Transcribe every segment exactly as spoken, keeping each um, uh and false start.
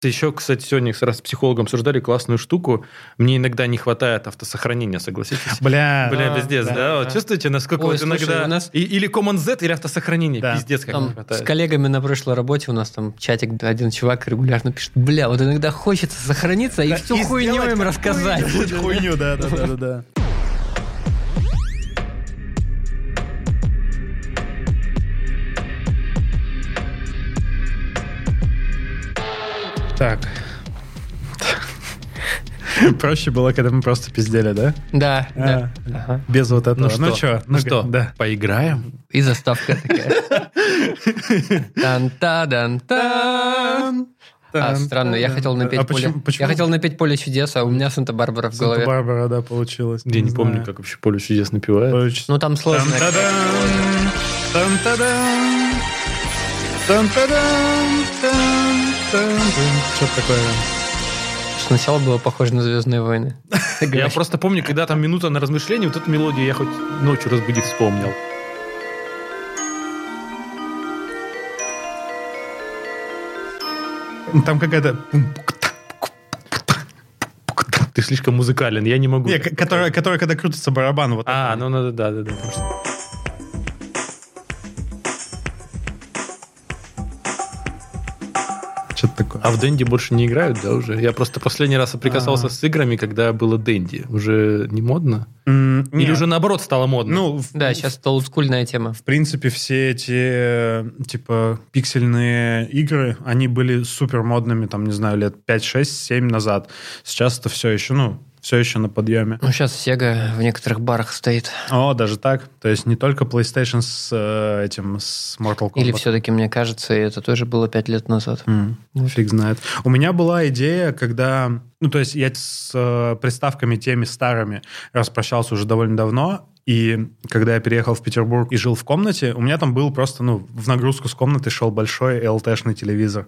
Еще, кстати, сегодня раз с психологом обсуждали классную штуку. Мне иногда не хватает автосохранения, согласитесь? Бля. Бля, пиздец, да? да. Вот чувствуете, насколько Ой, вот слушай, иногда... у нас- И- Или Command-Z, или автосохранение. Да. Пиздец, как Там не хватает. с коллегами на прошлой работе у нас там чатик, один чувак регулярно пишет, бля, вот иногда хочется сохраниться и Да, всю и хуйню сделать им рассказать. какую-нибудь хуйню, да, да, да, да, да. Так. Проще было, когда мы просто пиздели, да? Да, А, да. Ага. Без вот этого. Ну что, Ну что, ну что, да. поиграем? И заставка такая. Тан-та-дан-тан. А, странно, я хотел напеть А поле. почему- почему? Я хотел напеть поле чудес, а у меня Санта-Барбара в голове. Санта-Барбара, да, получилось. Я не помню, знаю. как вообще поле чудес напевает. Получится. Ну там сложно. Тан-та-дан, тан-та-дан, тан-та-дан, тан-та-дан. Что-то такое. Сначала было похоже на «Звездные войны». Я просто помню, когда там минута на размышление, вот эту мелодию я хоть ночью разбудив вспомнил. Там какая-то... Ты слишком музыкален, я не могу. Не, к- которая, которая, когда крутится барабан. Вот А, такой. ну надо, да, да, да. Что-то такое. А в Дэнди больше не играют, да, уже? Я просто последний раз соприкасался А. с играми, когда было Дэнди. Уже не модно? М, Или нет. уже наоборот стало модно? Ну, в, Да, сейчас это олдскульная тема. в принципе, все эти, э, типа, пиксельные игры, они были супер модными, там, не знаю, лет пять, шесть, семь назад. Сейчас это все еще, ну, все еще на подъеме. Ну, сейчас Sega в некоторых барах стоит. О, даже так? То есть не только PlayStation с э, этим, с Mortal Kombat? Или все-таки, мне кажется, это тоже было пять лет назад. М, Фиг знает. У меня была идея, когда... Ну, то есть я с э, приставками теми старыми распрощался уже довольно давно, и когда я переехал в Петербург и жил в комнате, у меня там был просто, ну, в нагрузку с комнаты шел большой эл ти-шный телевизор.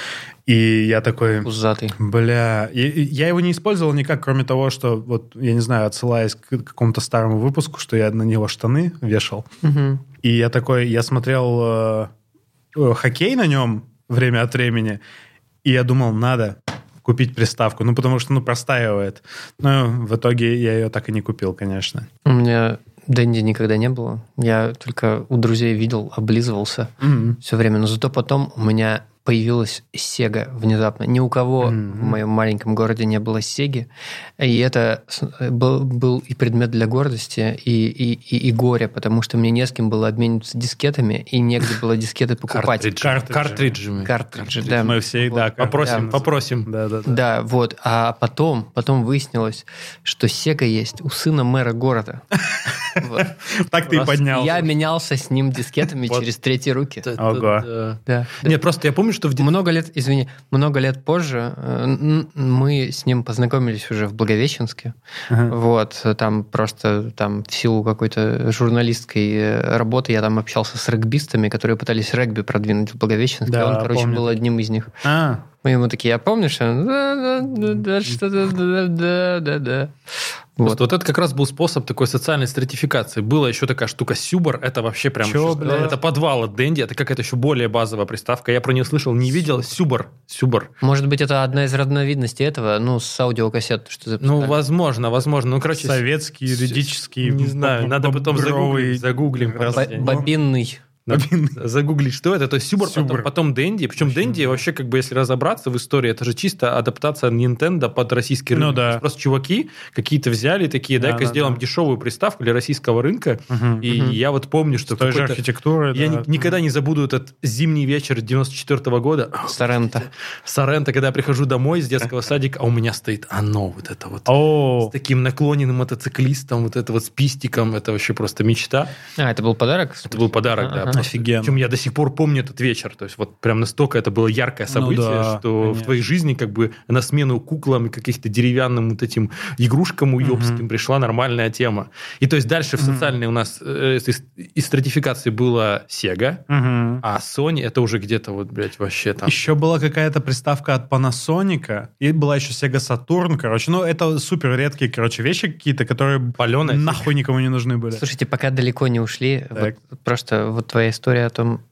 И я такой... Пузатый. Бля, и- и я его не использовал никак, кроме того, что, вот, я не знаю, отсылаясь к какому-то старому выпуску, что я на него штаны вешал. Мгм. И я такой, я смотрел э, э, хоккей на нем время от времени, и я думал, надо купить приставку, ну, потому что, ну, простаивает. Но в итоге я ее так и не купил, конечно. У меня Дэнди никогда не было. Я только у друзей видел, облизывался Мгм. все время. Но зато потом у меня появилась Sega внезапно. Ни у кого Мгм. в моем маленьком городе не было Сеги. И это с- был, был и предмет для гордости, и, и, и, и горя, потому что мне не с кем было обмениваться дискетами, и негде было дискеты покупать. Картриджи. Картриджи. Картриджи. Картриджи, да. Мы все, Вот. да, Попросим, Да. попросим. Да, да, да. Да, вот. А потом, потом выяснилось, что Сега есть у сына мэра города. Вот. Так ты и Просто поднялся. Я менялся с ним дискетами Вот. через третьи руки. Это- Ого. да. Да. Нет, просто я помню, что в детстве... Много лет, извини, много лет позже э, н- мы с ним познакомились уже в Благовещенске. Ага. Вот, там просто там в силу какой-то журналистской э, работы я там общался с регбистами, которые пытались регби продвинуть в Благовещенске. Да, Он, короче, помню. был одним из них. А, Мы ему такие, а помнишь? Он, да, да, да, да, что-то, да, да, да, да. Просто Вот. вот это как раз был способ такой социальной стратификации. Была еще такая штука Сюбар, это вообще прям... Чё, еще- блядь? Это подвал от Дэнди, это какая-то еще более базовая приставка. Я про нее слышал, не видел. Сюбар. Сюбар. Может быть, это одна из разновидностей этого, ну, с аудиокассет, что запускали. Ну, возможно, возможно. Ну, короче... советский, юридический... Не знаю, надо потом бобровый загуглить. Загуглим. раз- Бо- Бобинный. Надо загуглить, что это. То есть Сюбар, Сюбар. потом, потом Дэнди. Причем Вообще, Дэнди да. вообще, как бы, если разобраться в истории, это же чисто адаптация Nintendo под российский Ну рынок. да. То есть просто чуваки какие-то взяли такие, Да, дай-ка да, сделаем да. дешевую приставку для российского рынка. Мгм. И Мгм. я вот помню, что С той же какой-то... архитектурой, Я да. ни- никогда не забуду этот зимний вечер девяносто четвёртого года Соренто. в Соренто, когда я прихожу домой из детского садика, а у меня стоит оно, вот это вот. О, С таким наклоненным мотоциклистом, вот это вот с пистиком, это вообще просто мечта. А, это был подарок? Это был подарок, да. Ага. просто. Офигенно. Причем я до сих пор помню этот вечер. То есть вот прям настолько это было яркое Ну событие, да, что конечно. в твоей жизни как бы на смену куклам и каких-то деревянным вот этим игрушкам уебским Мгм. пришла нормальная тема. И то есть дальше в Мгм. социальной у нас э, из, из стратификации была Sega, Мгм. а Sony это уже где-то вот, блядь, вообще там... Еще была какая-то приставка от Panasonic, и была еще Sega Saturn, короче. Ну, это супер редкие, короче, вещи какие-то, которые Паленая нахуй никому не нужны были. Слушайте, пока далеко не ушли, Так. вот просто вот твоя история о том,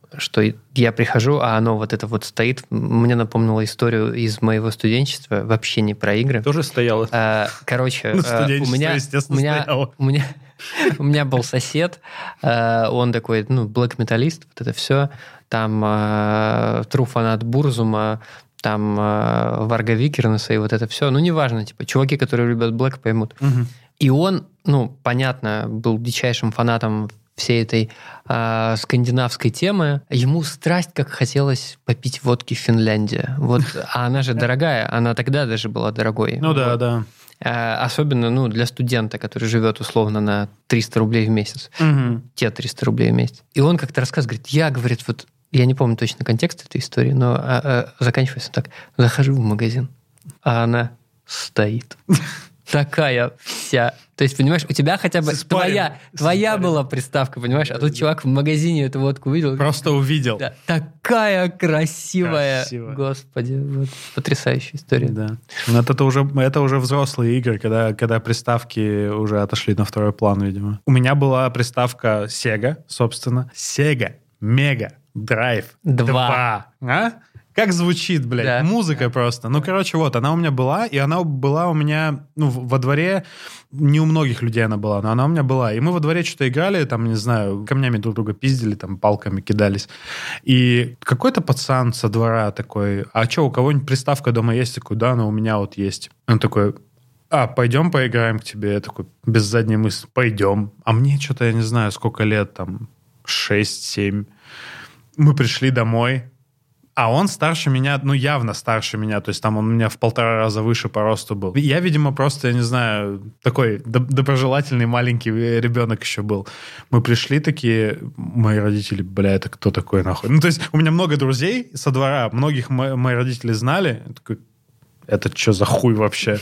что я прихожу, а оно вот это вот стоит. Мне напомнило историю из моего студенчества, вообще не про игры. Тоже стояло? А, короче, Ну, у студенчество, меня, естественно, у меня, стояло. у меня, у меня был сосед, он такой, ну, блэк-металлист, вот это все. Там true фанат Бурзума, там Варга Викернеса и вот это все. Ну, неважно, типа, чуваки, которые любят блэк, поймут. Мгм. И он, ну, понятно, был дичайшим фанатом всей этой э, скандинавской темы. Ему страсть как хотелось попить водки в Финляндии. Вот, а она же дорогая, она тогда даже была дорогой. Ну да, Вот. да. Э, особенно, ну, для студента, который живет условно на триста рублей в месяц. Мгм. Те триста рублей в месяц. И он как-то рассказывает, говорит, я, говорит, вот, я не помню точно контекст этой истории, но а, а, заканчивается так. Захожу в магазин, а она стоит. Такая вся. То есть, понимаешь, у тебя хотя бы С испариной. твоя, твоя испариной. была приставка, понимаешь? А тут чувак в магазине эту водку увидел. Просто увидел. Да, такая красивая. Красивая. Господи, вот потрясающая история. Да. Но это, уже, это уже взрослые игры, когда, когда приставки уже отошли на второй план, видимо. У меня была приставка Sega, собственно. Sega Mega Drive Два. А? Как звучит, блядь, Да. музыка просто. Ну, короче, вот, она у меня была, и она была у меня, ну, в- во дворе, не у многих людей она была, но она у меня была. И мы во дворе что-то играли, там, не знаю, камнями друг друга пиздили, там, палками кидались. И какой-то пацан со двора такой, а что, у кого-нибудь приставка дома есть? Такой, да, она у меня вот есть. Он такой, а, пойдем поиграем к тебе. Я такой, без задней мысли, пойдем. А мне что-то, я не знаю, сколько лет, там, шесть-семь. Мы пришли домой, а он старше меня, ну, явно старше меня, то есть там он у меня в полтора раза выше по росту был. Я, видимо, просто, я не знаю, такой доб- доброжелательный маленький ребенок еще был. Мы пришли такие, мои родители, бля, это кто такой нахуй? Ну, то есть у меня много друзей со двора, многих мо- мои родители знали. Я такой, это что за хуй вообще?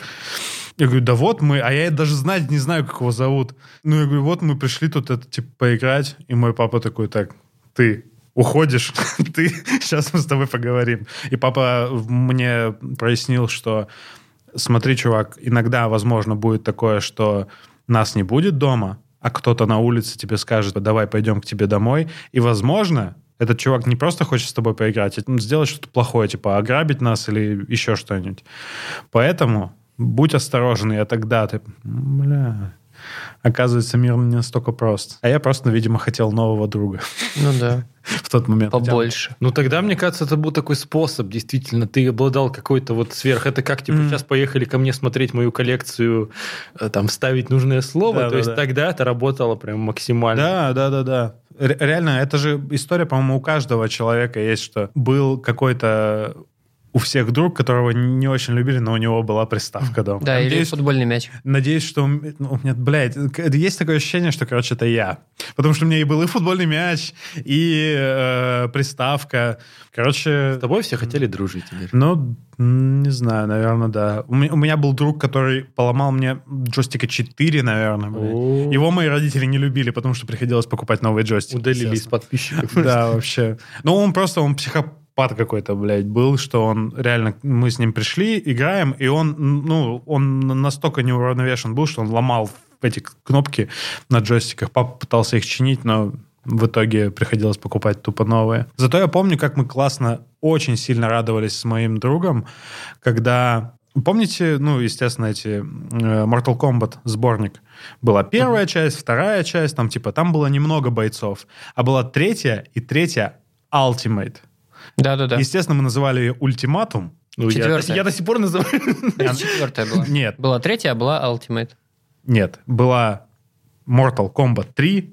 Я говорю, да вот мы, а я даже знать не знаю, как его зовут. Ну, я говорю, вот мы пришли тут, это, типа, поиграть, и мой папа такой, так, ты уходишь, ты, сейчас мы с тобой поговорим. И папа мне прояснил, что смотри, чувак, иногда, возможно, будет такое, что нас не будет дома, а кто-то на улице тебе скажет, давай пойдем к тебе домой, и, возможно, этот чувак не просто хочет с тобой поиграть, а сделать что-то плохое, типа ограбить нас или еще что-нибудь. Поэтому будь осторожен, и тогда ты... Бля... Оказывается, мир не настолько прост. А я просто, видимо, хотел нового друга. Ну да. В тот момент. Побольше. Ну, тогда, мне кажется, это был такой способ, действительно. Ты обладал какой-то вот сверх... Это как, типа, Mm. сейчас поехали ко мне смотреть мою коллекцию, э, там, вставить нужное слово. Да, То да, есть да. тогда это работало прям максимально. Да, да, да, да. Ре- Реально, это же история, по-моему, у каждого человека есть, что был какой-то у всех друг, которого не очень любили, но у него была приставка дома. Да, или Надеюсь, футбольный мяч. Надеюсь, что у м- ну, у меня, блядь, к- есть такое ощущение, что, короче, это я. Потому что у меня и был и футбольный мяч, и э, приставка. Короче... С тобой все хотели дружить, Игорь. Ну, м, не знаю, наверное, да. У меня, у меня был друг, который поломал мне джойстика четыре, наверное. блядь. О. Его мои родители не любили, потому что приходилось покупать новые джойстики. Удалили из естественно. подписчиков. Да, вообще. Ну, он просто, он психопат какой-то, блядь, был, что он реально... Мы с ним пришли, играем, и он, ну, он настолько неуравновешен был, что он ломал эти кнопки на джойстиках. Папа пытался их чинить, но в итоге приходилось покупать тупо новые. Зато я помню, как мы классно, очень сильно радовались с моим другом, когда... Помните, ну, естественно, эти э, Mortal Kombat сборник? Была первая mm-hmm. часть, вторая часть, там, типа, там было немного бойцов, а была третья и третья Ultimate. Да-да-да. Естественно, мы называли ее Ультиматум. Ну, я, Четвертая. я до сих пор называю. Четвертая была. Нет. Была третья, а была Ultimate. Нет, была Mortal Kombat три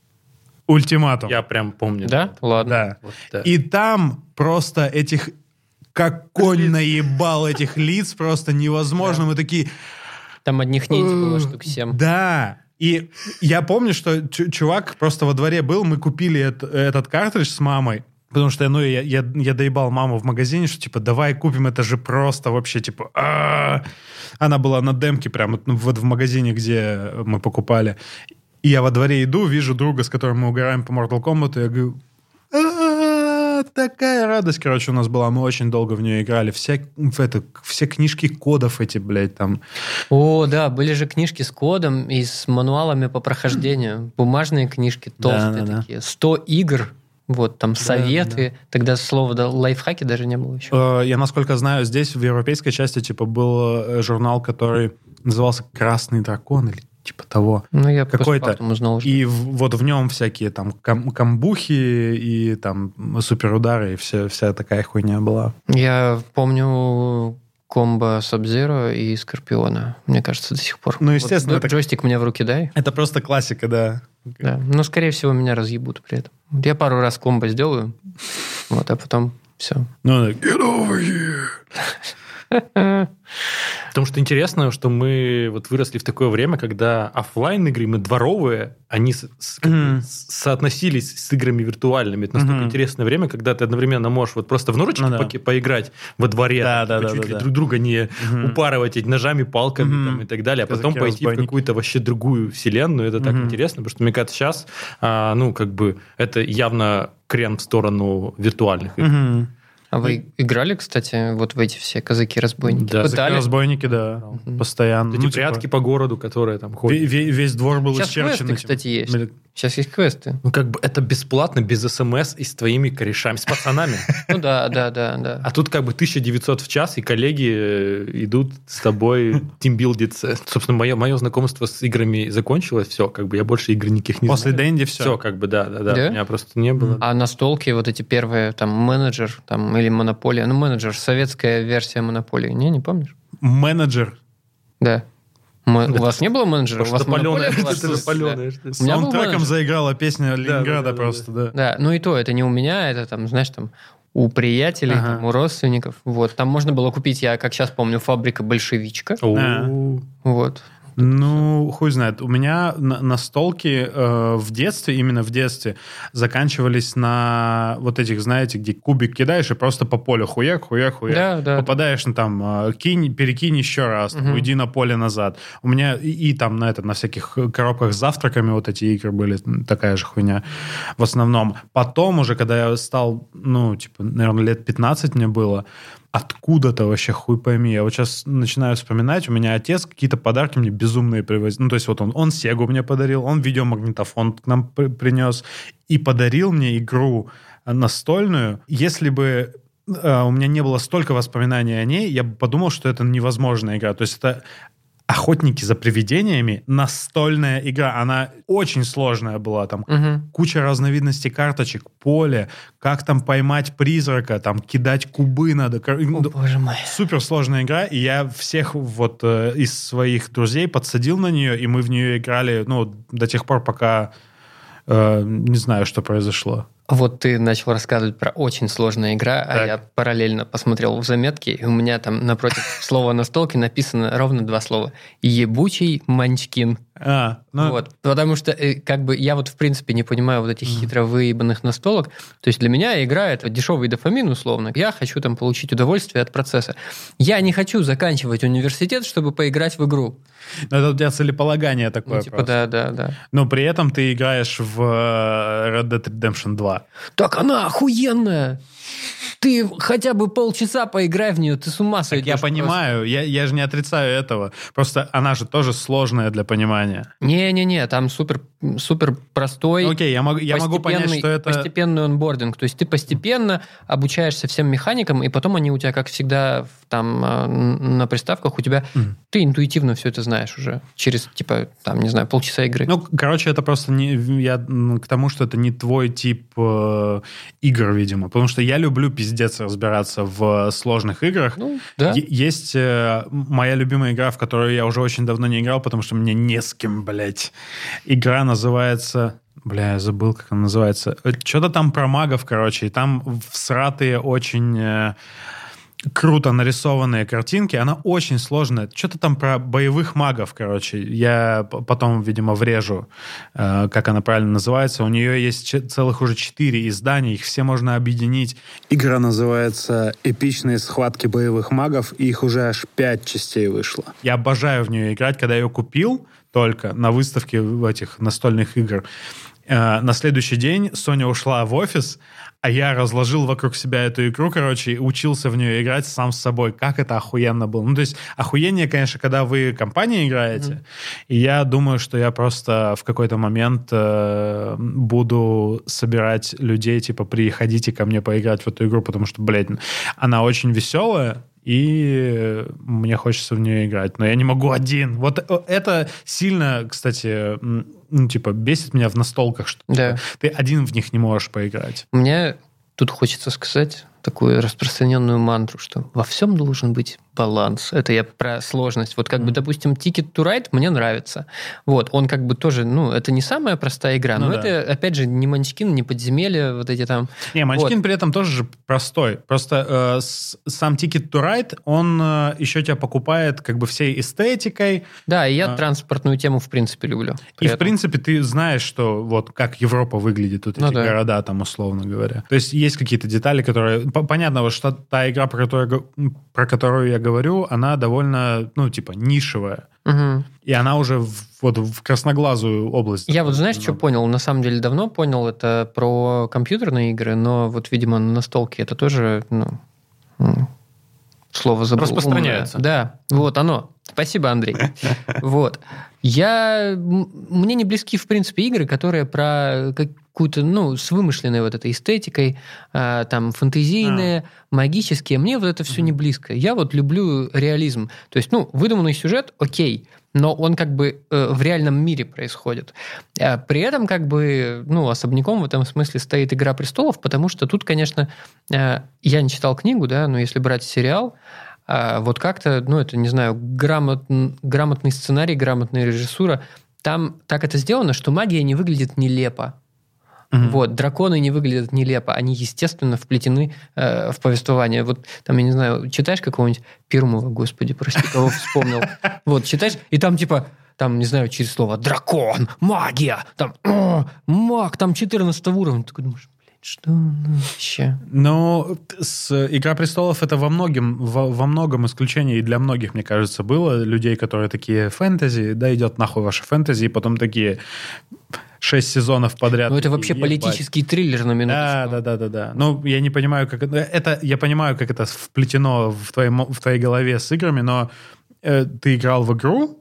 Ультиматум. Я прям помню. Да? Ладно. Да. Вот, да. И там просто этих... Как конь наебал этих лиц, просто невозможно. Мы такие... Там одних ниндзя было штук семь. Да. И я помню, что ч- чувак просто во дворе был, мы купили эт- этот картридж с мамой, потому что ну, я, я, я доебал маму в магазине, что типа давай купим, это же просто вообще типа... А-а-а. Она была на демке прямо ну, вот в магазине, где мы покупали. И я во дворе иду, вижу друга, с которым мы угораем по Mortal Kombat, и я говорю... «А-а-а, такая радость, короче, у нас была. Мы очень долго в нее играли. Все, в это, все книжки кодов эти, блядь, там... О, да, были же книжки с кодом и с мануалами по прохождению. Бумажные книжки толстые Да, да, да. такие. сто игр. вот, там, советы. Да. Тогда слова да, лайфхаки даже не было еще. Я, насколько знаю, здесь в европейской части, типа, был журнал, который назывался «Красный дракон» или типа того. Ну, я какой-то. Узнал, что... И в, вот в нем всякие там кам- камбухи и там суперудары, и все, вся такая хуйня была. Я помню комбо Саб-Зеро и Скорпиона. Мне кажется, до сих пор. Ну, естественно. Вот, это... Джойстик мне в руки дай. Это просто классика, да. Да. Но, скорее всего, меня разъебут при этом. Я пару раз комбо сделаю, вот, а потом все. Ну, get over here! Потому что интересно, что мы вот выросли в такое время, когда офлайн игры, мы дворовые, они с, с, mm-hmm. соотносились с играми виртуальными. Это настолько mm-hmm. интересное время, когда ты одновременно можешь вот просто в норочке ну, да. по- поиграть во дворе, да, там, да, чуть да, ли да. друг друга не mm-hmm. упарывать этими ножами, палками mm-hmm. там, и так далее, а потом Казаки пойти разбойники. В какую-то вообще другую вселенную. Это mm-hmm. так интересно, потому что, мне кажется, сейчас, а, ну, как бы, это явно крен в сторону виртуальных игр. Mm-hmm. А вы играли, кстати, вот в эти все казаки-разбойники? Да, казаки-разбойники, да, mm-hmm. постоянно. Эти ну, прятки типа... по городу, которые там ходят. В- весь двор был сейчас исчерчен. Квесты, кстати, есть. Сейчас есть квесты. Ну, как бы это бесплатно, без СМС и с твоими корешами, с пацанами. Ну да, да, да, да. А тут как бы тысяча девятьсот в час, и коллеги идут с тобой тимбилдиться. Собственно, мое, мое знакомство с играми закончилось, все, как бы я больше игр никаких не знаю. После Дэнди все. Все, как бы, да, да, да. У меня просто не было. А настолки вот эти первые, там, менеджер, там, или монополия. Ну, менеджер, советская версия монополии. Не, не помнишь? Менеджер? Да. Мы, у вас не было менеджера? У вас монополия была? С саундтреком заиграла песня Ленинграда просто, да. Да, ну и то, это не у меня, это там, знаешь, там у приятелей, ага. там, у родственников. Вот. Там можно было купить, я как сейчас помню, фабрика «Большевичка». А. Вот. Ну, хуй знает. У меня на- настолки э, в детстве, именно в детстве, заканчивались на вот этих, знаете, где кубик кидаешь и просто по полю хуяк, хуяк, хуяк. Да, да. Попадаешь на там, э, кинь, перекинь еще раз, угу. уйди на поле назад. У меня и, и там на, это, на всяких коробках с завтраками вот эти игры были, такая же хуйня в основном. Потом уже, когда я стал, ну, типа, наверное, лет пятнадцать мне было, откуда-то вообще хуй пойми. Я вот сейчас начинаю вспоминать, у меня отец какие-то подарки мне безумные привозил. Ну, то есть вот он, он Сегу мне подарил, он видеомагнитофон к нам при- принес и подарил мне игру настольную. Если бы э, у меня не было столько воспоминаний о ней, я бы подумал, что это невозможная игра. То есть это «Охотники за привидениями», настольная игра. Она очень сложная была. Там угу. куча разновидностей карточек, поле, как там поймать призрака, там кидать кубы надо. О, боже мой. Суперсложная игра. И я всех вот э, из своих друзей подсадил на нее, и мы в нее играли, ну, до тех пор, пока э, не знаю, что произошло. Вот ты начал рассказывать про очень сложная игра, так. а я параллельно посмотрел в заметки, и у меня там напротив слова настолки написано ровно два слова. «Ебучий манчкин». А, ну... Вот, потому что как бы я вот в принципе не понимаю вот этих mm. хитро выебанных настолок. То есть для меня игра — это дешевый дофамин условно. Я хочу там получить удовольствие от процесса. Я не хочу заканчивать университет, чтобы поиграть в игру. Но это у тебя целеполагание такое, ну, типа, просто. Да, да, да. Но при этом ты играешь в Red Dead Redemption два. Так она охуенная! Ты хотя бы полчаса поиграй в нее, ты с ума сойдешь. Так я понимаю, я, я же не отрицаю этого. Просто она же тоже сложная для понимания. Не-не-не, там супер, супер простой. Окей, я могу, я могу понять, что это... Постепенный онбординг. То есть ты постепенно обучаешься всем механикам, и потом они у тебя, как всегда, там на приставках у тебя... Mm. Ты интуитивно все это знаешь уже. Через, типа, там, не знаю, полчаса игры. Ну, короче, это просто не... Я к тому, что это не твой тип э, игр, видимо. Потому что я люблю пиздец разбираться в сложных играх. Ну, да. Е- есть э, моя любимая игра, в которую я уже очень давно не играл, потому что мне не с кем, блядь. Игра называется... Бля, я забыл, как она называется. Что-то там про магов, короче. И там всратые очень... Э, круто нарисованные картинки. Она очень сложная. Что-то там про боевых магов, короче. Я потом, видимо, врежу, э, как она правильно называется. У нее есть ч- целых уже четыре издания. Их все можно объединить. Игра называется «Эпичные схватки боевых магов». И их уже аж пять частей вышло. Я обожаю в нее играть. Когда я ее купил только на выставке в этих настольных игр, Э, на следующий день Соня ушла в офис, а я разложил вокруг себя эту игру, короче, и учился в нее играть сам с собой. Как это охуенно было. Ну, то есть, охуение, конечно, когда вы компанией играете. Mm-hmm. И я думаю, что я просто в какой-то момент э, буду собирать людей, типа, приходите ко мне поиграть в эту игру, потому что, блядь, она очень веселая, и мне хочется в нее играть. Но я не могу один. Вот это сильно, кстати, ну, типа, бесит меня в настолках, что да. типа, ты один в них не можешь поиграть. Мне тут хочется сказать такую распространенную мантру, что во всем должен быть баланс. Это я про сложность. Вот как mm. бы, допустим, Ticket to Ride мне нравится. Вот, он как бы тоже, ну, это не самая простая игра, ну, но да. это, опять же, не Munchkin, не подземелье, вот эти там... Не, Munchkin вот. При этом тоже же простой. Просто э, с, сам Ticket to Ride, он э, еще тебя покупает как бы всей эстетикой. Да, и я а... транспортную тему в принципе люблю. И этом. В принципе ты знаешь, что вот как Европа выглядит, вот эти ну, да. города там, условно говоря. То есть есть какие-то детали, которые... Понятно, вот, что та игра, про которую, про которую я говорю, она довольно, ну, типа, нишевая. Угу. И она уже в, вот в красноглазую область. Я вот, знаешь, что понял? На самом деле давно понял, это про компьютерные игры, но вот, видимо, на настолке это тоже, ну, слово забыл. Распространяется. Умное. Да, вот оно. Спасибо, Андрей. Вот. Я... Мне не близки, в принципе, игры, которые про какую-то, ну, с вымышленной вот этой эстетикой, там, фэнтезийные, а. магические. Мне вот это все не близко. Я вот люблю реализм. То есть, ну, выдуманный сюжет, окей, но он как бы э, в реальном мире происходит. А при этом как бы, ну, особняком в этом смысле стоит «Игра престолов», потому что тут, конечно, э, я не читал книгу, да, но если брать сериал, э, вот как-то, ну, это, не знаю, грамот, грамотный сценарий, грамотная режиссура, там так это сделано, что магия не выглядит нелепо. Mm-hmm. Вот, драконы не выглядят нелепо, они, естественно, вплетены э, в повествование. Вот там, я не знаю, читаешь какого-нибудь Перумова, господи, прости, кого вспомнил. Вот, читаешь, и там типа, там, не знаю, через слово «дракон», «магия», там «маг», там четырнадцатого уровня. Ты думаешь, блядь, что вообще? Ну, с «Игра престолов» это во многом, во, во многом исключение, и для многих, мне кажется, было людей, которые такие фэнтези, да, идет нахуй ваше фэнтези, и потом такие... Шесть сезонов подряд. Ну, это вообще ебать. Политический триллер на минуту. Да, да, да, да, да. Ну, я не понимаю, как это... это я понимаю, как это вплетено в твоей, в твоей голове с играми, но э, ты играл в игру?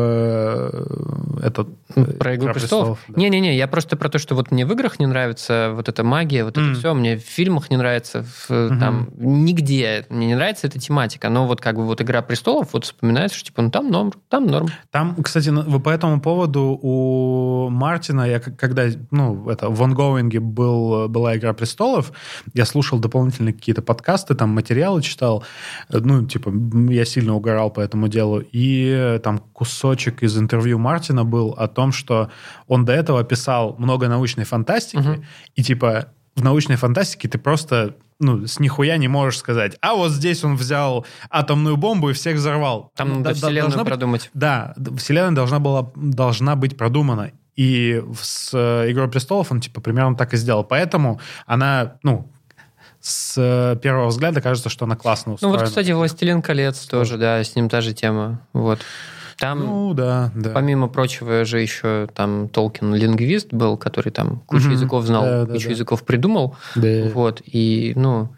Э, этот, про «Игру престолов»? Да. Не-не-не, я просто про то, что вот мне в играх не нравится вот эта магия, вот mm. это все, мне в фильмах не нравится, в, mm-hmm. там, нигде мне не нравится эта тематика, но вот как бы вот «Игра престолов», вот вспоминается, что типа, ну, там норм, там норм. Там, кстати, по этому поводу у Мартина, я когда, ну, это, в онгоинге был, была «Игра престолов», я слушал дополнительные какие-то подкасты, там, материалы читал, ну, типа, я сильно угорал по этому делу, и там кусочек из интервью Мартина был о том, что он до этого писал много научной фантастики, uh-huh. и типа в научной фантастике ты просто ну, с нихуя не можешь сказать, а вот здесь он взял атомную бомбу и всех взорвал. Там надо да, вселенную продумать. Быть, да, вселенная должна, была, должна быть продумана. И с «Игрой престолов» он типа примерно так и сделал. Поэтому она, ну, с первого взгляда кажется, что она классно устроена. Ну вот, кстати, «Властелин колец» тоже, да, с ним та же тема. Вот. Там, ну, да, да. помимо прочего, же еще там Толкин лингвист был, который там кучу mm-hmm. языков знал, да, кучу да, языков да. придумал. Да. Вот, и, ну,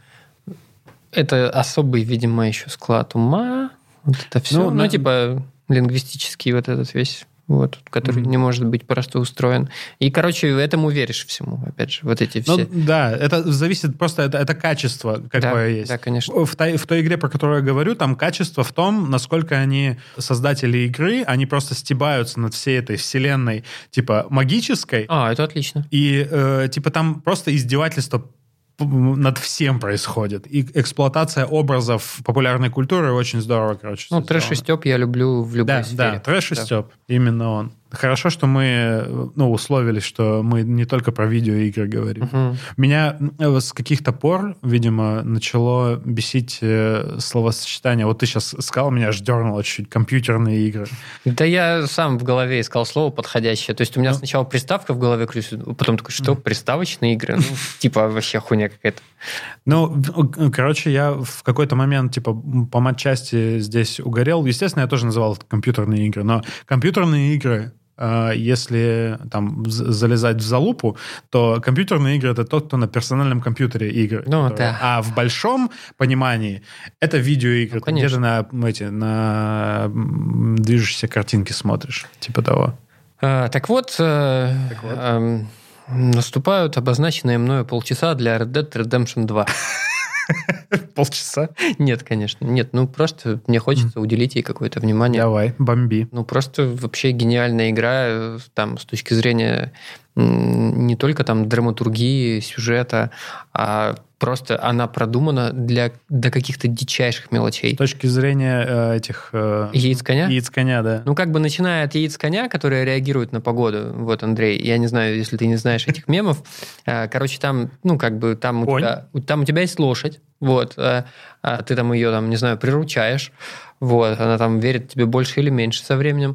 это особый, видимо, еще склад ума. Вот это все. Ну, ну да. типа, лингвистический вот этот весь... Вот, который mm-hmm. не может быть просто устроен. И, короче, этому веришь всему, опять же, вот эти все. Ну, да, это зависит просто, это, это качество, какое да, есть. Да, конечно. В той, в той игре, про которую я говорю, там качество в том, насколько они, создатели игры, они просто стебаются над всей этой вселенной, типа, магической. А, это отлично. И, э, типа, там просто издевательство над всем происходит. И эксплуатация образов популярной культуры очень здорово, короче. Ну, трэш и стёб я люблю в любой да, сфере. Да, трэш и да. стёб. Именно он. Хорошо, что мы ну, условились, что мы не только про видеоигры говорим. Uh-huh. Меня с каких-то пор, видимо, начало бесить словосочетание. Вот ты сейчас сказал, меня аж дернуло чуть-чуть. Компьютерные игры. Да я сам в голове искал слово подходящее. То есть у меня ну, сначала приставка в голове крутится, потом такой, что, приставочные игры? Ну, типа вообще хуйня какая-то. Ну, короче, я в какой-то момент, типа, по матчасти здесь угорел. Естественно, я тоже называл это компьютерные игры, но компьютерные игры э, если там залезать в залупу, то компьютерные игры — это тот, кто на персональном компьютере игры. Ну, да. А в большом понимании это видеоигры. Ну, где ты на, эти, на движущиеся картинки смотришь. Типа того. А, так вот, э, Так вот. э, наступают обозначенные мною полчаса для Red Dead Redemption два. Полчаса? Нет, конечно. Нет, ну просто мне хочется уделить ей какое-то внимание. Давай, бомби. Ну, просто вообще гениальная игра э, там с точки зрения м, не только там драматургии, сюжета, а просто она продумана для, до каких-то дичайших мелочей. С точки зрения э, этих... Э, Яиц коня? Яиц коня, да. Ну, как бы начиная от яиц коня, которые реагируют на погоду. Вот, Андрей, я не знаю, если ты не знаешь этих мемов. Э, Короче, там, ну, как бы там у Конь. тебя, у- там у тебя есть лошадь, вот, э, а ты там ее, там, не знаю, приручаешь, вот, она там верит тебе больше или меньше со временем.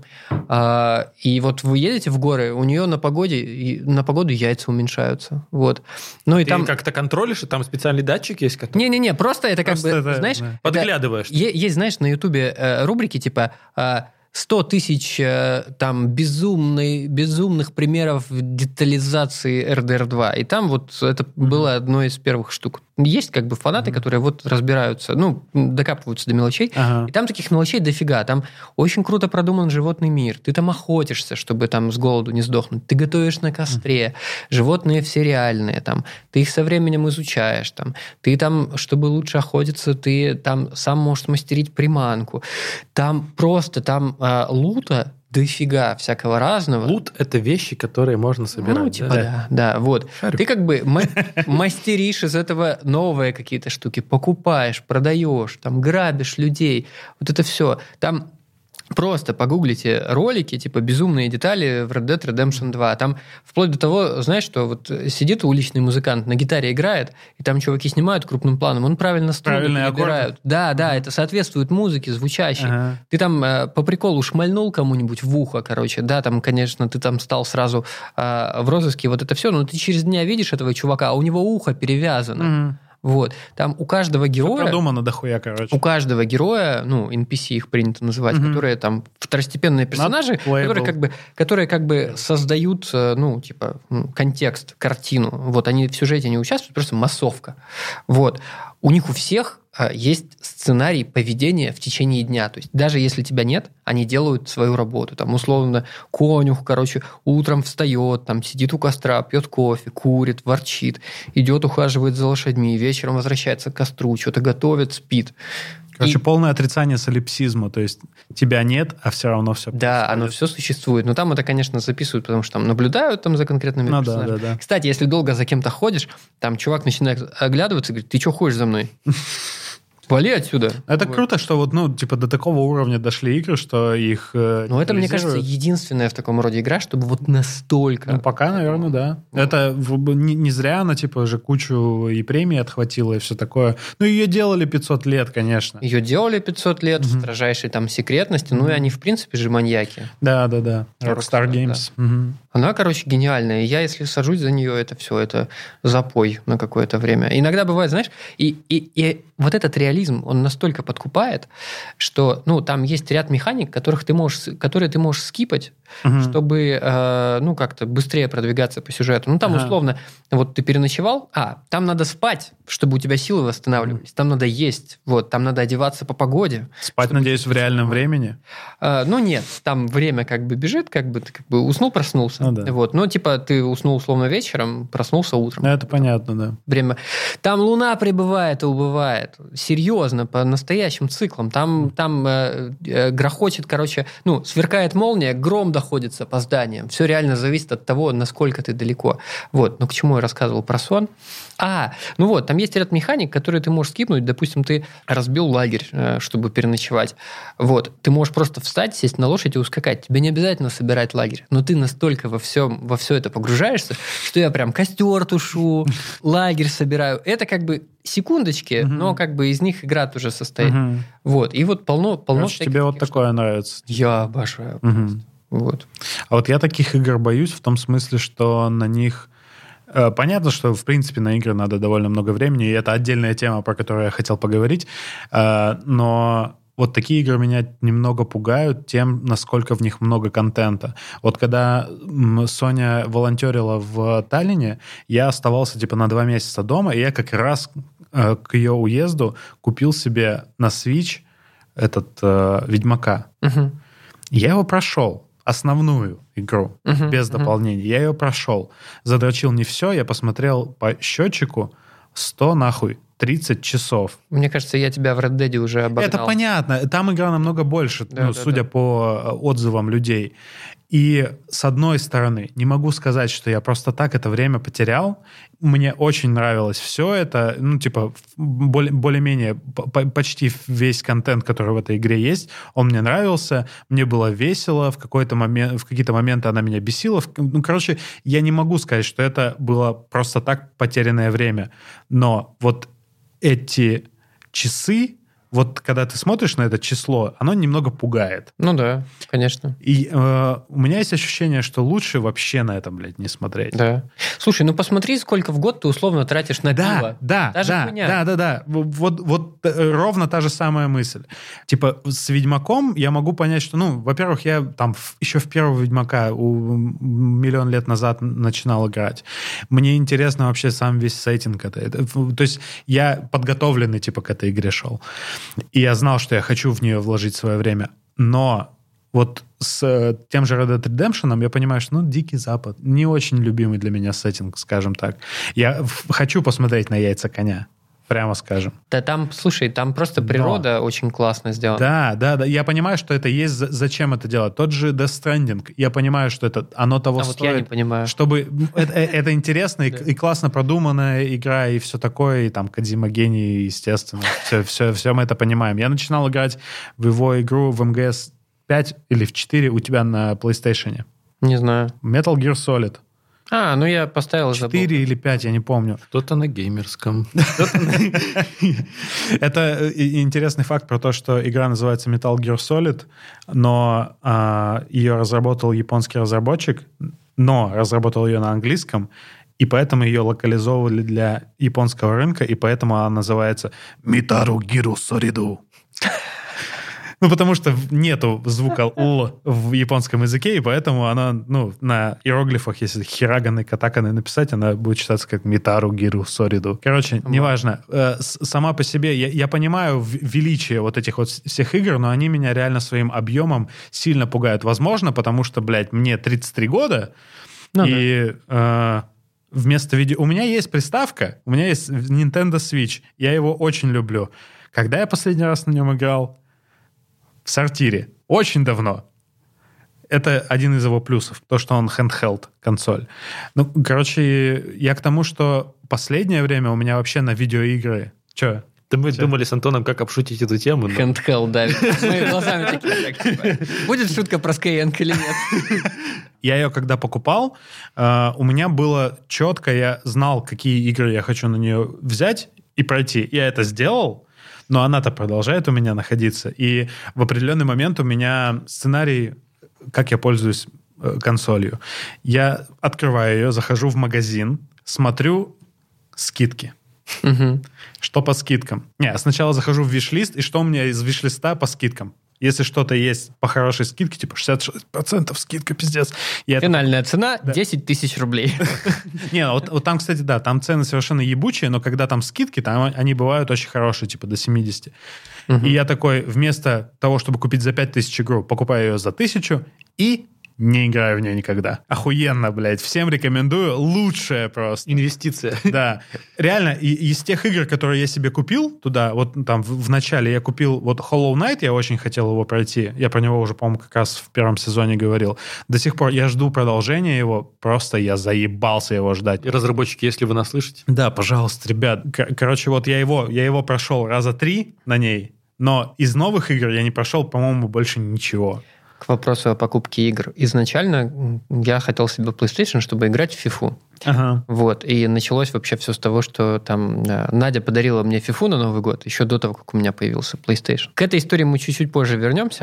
А, И вот вы едете в горы, у нее на погоде, и на погоду яйца уменьшаются, вот. Ну, и Ты там... как-то контролишь, и там специальный датчик есть, который Не-не-не, просто это как Просто бы, это, знаешь... да. это- подглядываешь. Е- Есть, знаешь, на Ютубе э, рубрики типа э, сто тысяч э, там безумный, безумных примеров детализации эр дэ эр два. И там вот это было одной из первых штук. Есть как бы фанаты, которые вот разбираются, ну, докапываются до мелочей. Ага. И там таких мелочей дофига. Там очень круто продуман животный мир. Ты там охотишься, чтобы там с голоду не сдохнуть. Ты готовишь на костре. Животные все реальные. Там. Ты их со временем изучаешь. Там. Ты там, чтобы лучше охотиться, ты там сам можешь смастерить приманку. Там просто, там а, лута дофига всякого разного. Лут — это вещи, которые можно собирать. Ну, типа, да? да, да, вот. Шарю. Ты как бы ма- мастеришь из этого новые какие-то штуки, покупаешь, продаешь, там, грабишь людей. Вот это все. Там просто погуглите ролики, типа «Безумные детали» в Red Dead Redemption два. Там вплоть до того, знаешь, что вот сидит уличный музыкант, на гитаре играет, и там чуваки снимают крупным планом, он правильно струны Правильные перебирают. Да, да, это соответствует музыке звучащей. Ага. Ты там э, по приколу шмальнул кому-нибудь в ухо, короче, да, там, конечно, ты там стал сразу э, в розыске, вот это все, но ты через дня видишь этого чувака, а у него ухо перевязано. Мгм. Вот. Там у каждого Всё героя... продумано дохуя, короче. У каждого героя, ну, эн пи си их принято называть, Мгм. которые там второстепенные персонажи, Not playable. которые как бы, которые как бы создают, э, ну, типа, м, контекст, картину. Вот они в сюжете не участвуют, просто массовка. Вот. У них у всех э, есть сценарий поведения в течение дня. То есть даже если тебя нет, они делают свою работу. Там, условно, конюх, короче, утром встает, там, сидит у костра, пьет кофе, курит, ворчит, идет, ухаживает за лошадьми, вечером возвращается к костру, что-то готовит, спит. Короче, И- полное отрицание солипсизма. То есть тебя нет, а все равно все Да, оно все существует. Но там это, конечно, записывают, потому что там наблюдают там за конкретными Ну да, персонажами. да, да. Кстати, если долго за кем-то ходишь, там чувак начинает оглядываться и говорит, ты что ходишь за мной? Вали отсюда. Это Вот. круто, что вот, ну, типа, до такого уровня дошли игры, что их э, Но это, мне кажется, детализируют. единственная в таком роде игра, чтобы вот настолько... Ну, пока, наверное, да. Это в- не, не зря она, типа, же кучу и премий отхватила, и все такое. Ну, ее делали пятьсот лет, конечно. Ее делали пятьсот лет, в Мгм. строжайшей там секретности, ну и они, в принципе, же маньяки. Да, да, да. Rockstar Rockstar, Games. Мгм. Она, короче, гениальная. И я, если сажусь за нее, это все, это запой на какое-то время. Иногда бывает, знаешь, и, и, и вот этот реализм, он настолько подкупает, что, ну, там есть ряд механик, которых ты можешь, которые ты можешь скипать, Мгм. чтобы, э, ну, как-то быстрее продвигаться по сюжету. Ну, там, Ага. условно, вот ты переночевал, а, там надо спать, чтобы у тебя силы восстанавливались, там надо есть, вот, там надо одеваться по погоде. Спать, чтобы надеюсь, в реальном времени. а, ну, нет, там время как бы бежит, как бы ты как бы уснул, проснулся. Ну да. Вот. Ну, типа, ты уснул условно вечером, проснулся утром. Ну, это понятно, да. Время. Там луна прибывает и убывает. Серьезно, по настоящим циклам. Там, там э, э, грохочет, короче, ну, сверкает молния, гром доходит с опозданием. Все реально зависит от того, насколько ты далеко. Вот. Но к чему я рассказывал про сон? А, ну вот, там есть ряд механик, которые ты можешь скипнуть. Допустим, ты разбил лагерь, э, чтобы переночевать. Вот. Ты можешь просто встать, сесть на лошадь и ускакать. Тебе не обязательно собирать лагерь. Но ты настолько во всем, во все это погружаешься, что я прям костер тушу, лагерь собираю. Это как бы секундочки, Мгм. но как бы из них игра тоже состоит. Мгм. Вот. И вот полно, полно Короче, всяких тебе вот таких такое нравится. штук. Я обожаю. Мгм. Вот. А вот я таких игр боюсь в том смысле, что на них... э, Понятно, что, в принципе, на игры надо довольно много времени, и это отдельная тема, про которую я хотел поговорить. Э, Но вот такие игры меня немного пугают тем, насколько в них много контента. Вот когда Соня волонтерила в Таллине, я оставался типа на два месяца дома, и я как раз э, к ее уезду купил себе на Switch этот э, Ведьмака. Угу. Я его прошел. Основную игру, uh-huh, без uh-huh. дополнений. Я ее прошел. Задрочил не все, я посмотрел по счетчику сто, нахуй, тридцать часов. Мне кажется, я тебя в Red Dead уже обогнал. Это понятно. Там игра намного больше, да, ну, да, судя да. по отзывам людей. И с одной стороны, не могу сказать, что я просто так это время потерял. Мне очень нравилось все это. Ну, типа, более, более-менее почти весь контент, который в этой игре есть, он мне нравился. Мне было весело. В, какой-то момент, в какие-то моменты она меня бесила. Ну, короче, я не могу сказать, что это было просто так потерянное время. Но вот эти часы, вот когда ты смотришь на это число, оно немного пугает. Ну да, конечно. И э, у меня есть ощущение, что лучше вообще на это, блядь, не смотреть. Да. Слушай, ну посмотри, сколько в год ты условно тратишь на да, пиво. Да, та же да, хуйня. да, да, да. Вот, вот ровно та же самая мысль. Типа с Ведьмаком я могу понять, что, ну, во-первых, я там в, еще в первого Ведьмака у, миллион лет назад начинал играть. Мне интересно вообще сам весь сеттинг. Это, это, то есть я подготовленный типа к этой игре шел. И я знал, что я хочу в нее вложить свое время. Но вот с тем же Red Dead Redemption я понимаю, что, ну, Дикий Запад не очень любимый для меня сеттинг, скажем так. Я хочу посмотреть на яйца коня, прямо скажем. Да там, слушай, там просто природа Но. очень классно сделана. Да, да, да. Я понимаю, что это есть, зачем это делать. Тот же Death Stranding. Я понимаю, что это оно того а стоит. Вот я не понимаю. Чтобы... Это, это интересно и классно продуманная игра, и все такое, и там Кодзима гений, естественно. Все, все, все мы это понимаем. Я начинал играть в его игру в эм гэ эс пять или в четыре у тебя на PlayStation. Не знаю. Metal Gear Solid. А, ну я поставил, забыл. четыре или пять, я не помню. Что-то на геймерском. Это интересный факт про то, что игра называется Metal Gear Solid, но ее разработал японский разработчик, но разработал ее на английском, и поэтому ее локализовывали для японского рынка, и поэтому она называется Митару Гиру Сориду. Ну, потому что нету звука «л» в японском языке, и поэтому она, ну, на иероглифах, если хираганы, катаканы написать, она будет читаться как «Митару Гиру Сориду». Короче, mm-hmm. неважно. Э, сама по себе, я, я понимаю величие вот этих вот всех игр, но они меня реально своим объемом сильно пугают. Возможно, потому что, блядь, мне тридцать три года, ну, и... Да. Э, вместо видео... У меня есть приставка, у меня есть Nintendo Switch, я его очень люблю. Когда я последний раз на нем играл? В сортире. Очень давно. Это один из его плюсов, то, что он handheld консоль. Ну, короче, я к тому, что последнее время у меня вообще на видеоигры... Че? Да мы Че? думали с Антоном, как обшутить эту тему. Но... Handheld, да. Мы глазами такие, так, типа, будет шутка про Skyeng или нет? Я ее когда покупал, у меня было четко, я знал, какие игры я хочу на нее взять и пройти. Я это сделал, но она-то продолжает у меня находиться. И в определенный момент у меня сценарий, как я пользуюсь консолью. Я открываю ее, захожу в магазин, смотрю скидки. Угу. Что по скидкам? Не, сначала захожу в виш-лист, и что у меня из виш-листа по скидкам? Если что-то есть по хорошей скидке, типа шестьдесят шесть процентов скидка, пиздец. Финальная это... цена да. десять тысяч рублей. Не, вот, вот там, кстати, да, там цены совершенно ебучие, но когда там скидки, там они бывают очень хорошие, типа до семьдесят. Угу. И я такой, вместо того, чтобы купить за пять тысяч игру, покупаю ее за тысячу и не играю в нее никогда. Охуенно, блядь. Всем рекомендую. Лучшая просто. Инвестиция. Да. Реально, и, из тех игр, которые я себе купил туда, вот там в, в начале я купил вот Hollow Knight, я очень хотел его пройти. Я про него уже, по-моему, как раз в первом сезоне говорил. До сих пор я жду продолжения его. Просто я заебался его ждать. И разработчики, если вы нас слышите. Да, пожалуйста, ребят. Кор- короче, вот я его, я его прошел раза три на ней, но из новых игр я не прошел, по-моему, больше ничего. К вопросу о покупке игр. Изначально я хотел себе PlayStation, чтобы играть в FIFA. Ага. Вот. И началось вообще все с того, что там Надя подарила мне FIFA на Новый год, еще до того, как у меня появился PlayStation. К этой истории мы чуть-чуть позже вернемся. Ага.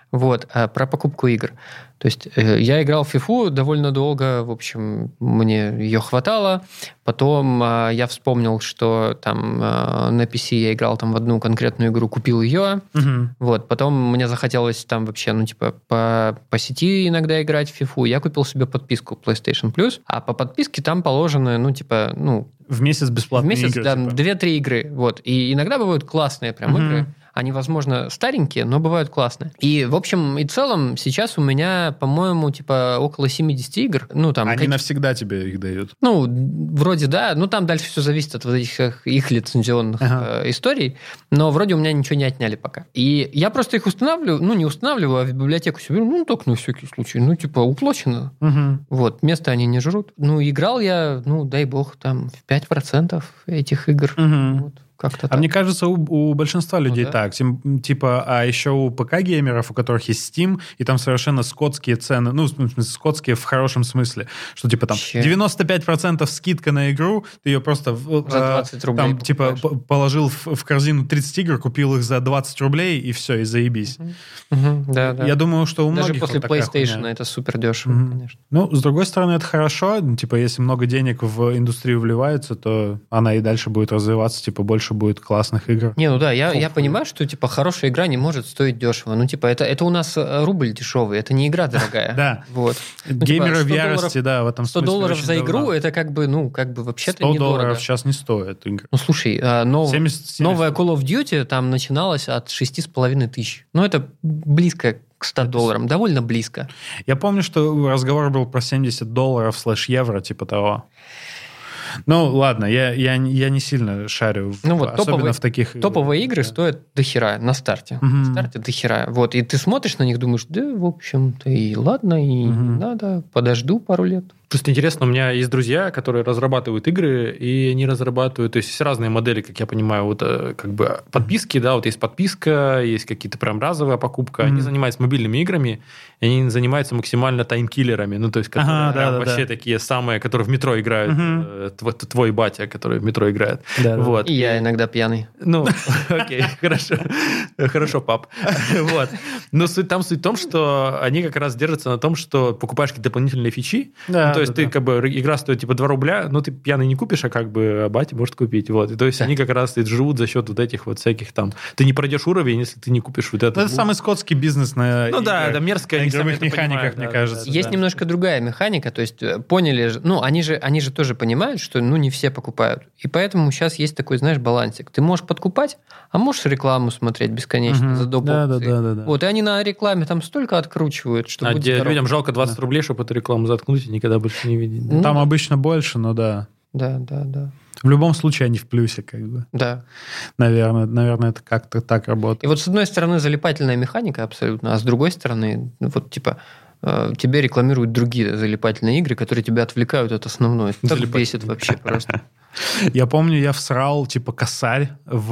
Вот, а про покупку игр. То есть э, я играл в FIFA довольно долго, в общем, мне ее хватало. Потом э, я вспомнил, что там э, на пи си я играл там в одну конкретную игру, купил ее. Угу. Вот, потом мне захотелось там вообще, ну, типа, по, по сети иногда играть в FIFA. Я купил себе подписку PlayStation Plus, а по подписке там положено, ну, типа, ну... В месяц бесплатные игры. В месяц, игры, да, типа. две-три игры. Вот. И иногда бывают классные прям Угу. игры. Они, возможно, старенькие, но бывают классные. И, в общем и целом, сейчас у меня, по-моему, типа около семьдесят игр. Ну, там, Они как... навсегда тебе их дают. Ну, вроде да. Ну, там дальше все зависит от вот этих их лицензионных ага. э, историй. Но вроде у меня ничего не отняли пока. И я просто их устанавливаю, ну, не устанавливаю, а в библиотеку себе, ну, только на всякий случай. Ну, типа, уплочено. Угу. Вот, место они не жрут. Ну, играл я, ну, дай бог, там, в пять процентов этих игр. Угу. Вот. Как-то а так. мне кажется, у, у большинства людей ну, да. так. Тим, типа, а еще у ПК-геймеров, у которых есть Steam, и там совершенно скотские цены, ну, в смысле, скотские в хорошем смысле, что, типа, там Вообще. девяносто пять процентов скидка на игру, ты ее просто за двадцать рублей там, типа, положил в, в корзину тридцать игр, купил их за двадцать рублей, и все, и заебись. Угу. Угу, да, да. Я думаю, что у Даже многих после вот PlayStation это супер дешево, угу. конечно. Ну, с другой стороны, это хорошо. Типа, если много денег в индустрию вливается, то она и дальше будет развиваться, типа, больше будет классных игр. Не, ну да, я, я понимаю, что типа хорошая игра не может стоить дешево. Ну, типа, это, это у нас рубль дешевый, это не игра дорогая. Да. Вот. Геймеры в ярости, да, в этом смысле. сто долларов за игру, это как бы, ну, как бы вообще-то недорого. сто долларов сейчас не стоит игра. Ну, слушай, новая Call of Duty там начиналась от шесть с половиной тысяч. Ну, это близко к ста долларам, довольно близко. Я помню, что разговор был про семьдесят долларов слэш евро, типа того. Ну, ладно, я, я, я не сильно шарю, ну, вот, особенно топовые, в таких... Топовые игры да. стоят дохера на старте. Mm-hmm. На старте дохера. Вот, и ты смотришь на них, думаешь, да, в общем-то, и ладно, и mm-hmm. не надо, подожду пару лет. Просто интересно, у меня есть друзья, которые разрабатывают игры, и они разрабатывают, то есть есть разные модели, как я понимаю, вот как бы подписки, да, вот есть подписка, есть какие-то прям разовая покупка, mm-hmm. они занимаются мобильными играми, и они занимаются максимально таймкиллерами, ну, то есть которые ага, да, вообще да. такие самые, которые в метро играют, mm-hmm. твой, твой батя, который в метро играет. Да, вот. И я иногда пьяный. Ну, окей, хорошо, хорошо, пап. Вот. Но там суть в том, что они как раз держатся на том, что покупаешь какие-то дополнительные фичи, то есть да, ты да. как бы игра стоит типа два рубля, но ты пьяный не купишь, а как бы батя может купить. Вот. И, то есть да. они как раз живут за счет вот этих вот всяких там... Ты не пройдешь уровень, если ты не купишь вот это. Это самый скотский бизнес на Ну игры, да, да, мерзкая. На игровых механиках, понимают, мне да, кажется. Да, Есть да. немножко другая механика, то есть поняли... Ну, они же, они же тоже понимают, что ну не все покупают. И поэтому сейчас есть такой, знаешь, балансик. Ты можешь подкупать, а можешь рекламу смотреть бесконечно угу. за доп. Да, да, да, да, да. Вот, и они на рекламе там столько откручивают, что а будет где здорово. людям жалко двадцать да. рублей, чтобы эту рекламу заткнуть и никогда больше не видеть. Ну, там обычно больше, но да. Да, да, да. В любом случае они в плюсе, как бы. Да. Наверное, наверное, это как-то так работает. И вот с одной стороны залипательная механика абсолютно, а с другой стороны, вот типа тебе рекламируют другие залипательные игры, которые тебя отвлекают от основной. Это так бесит вообще просто. Я помню, я всрал, типа, косарь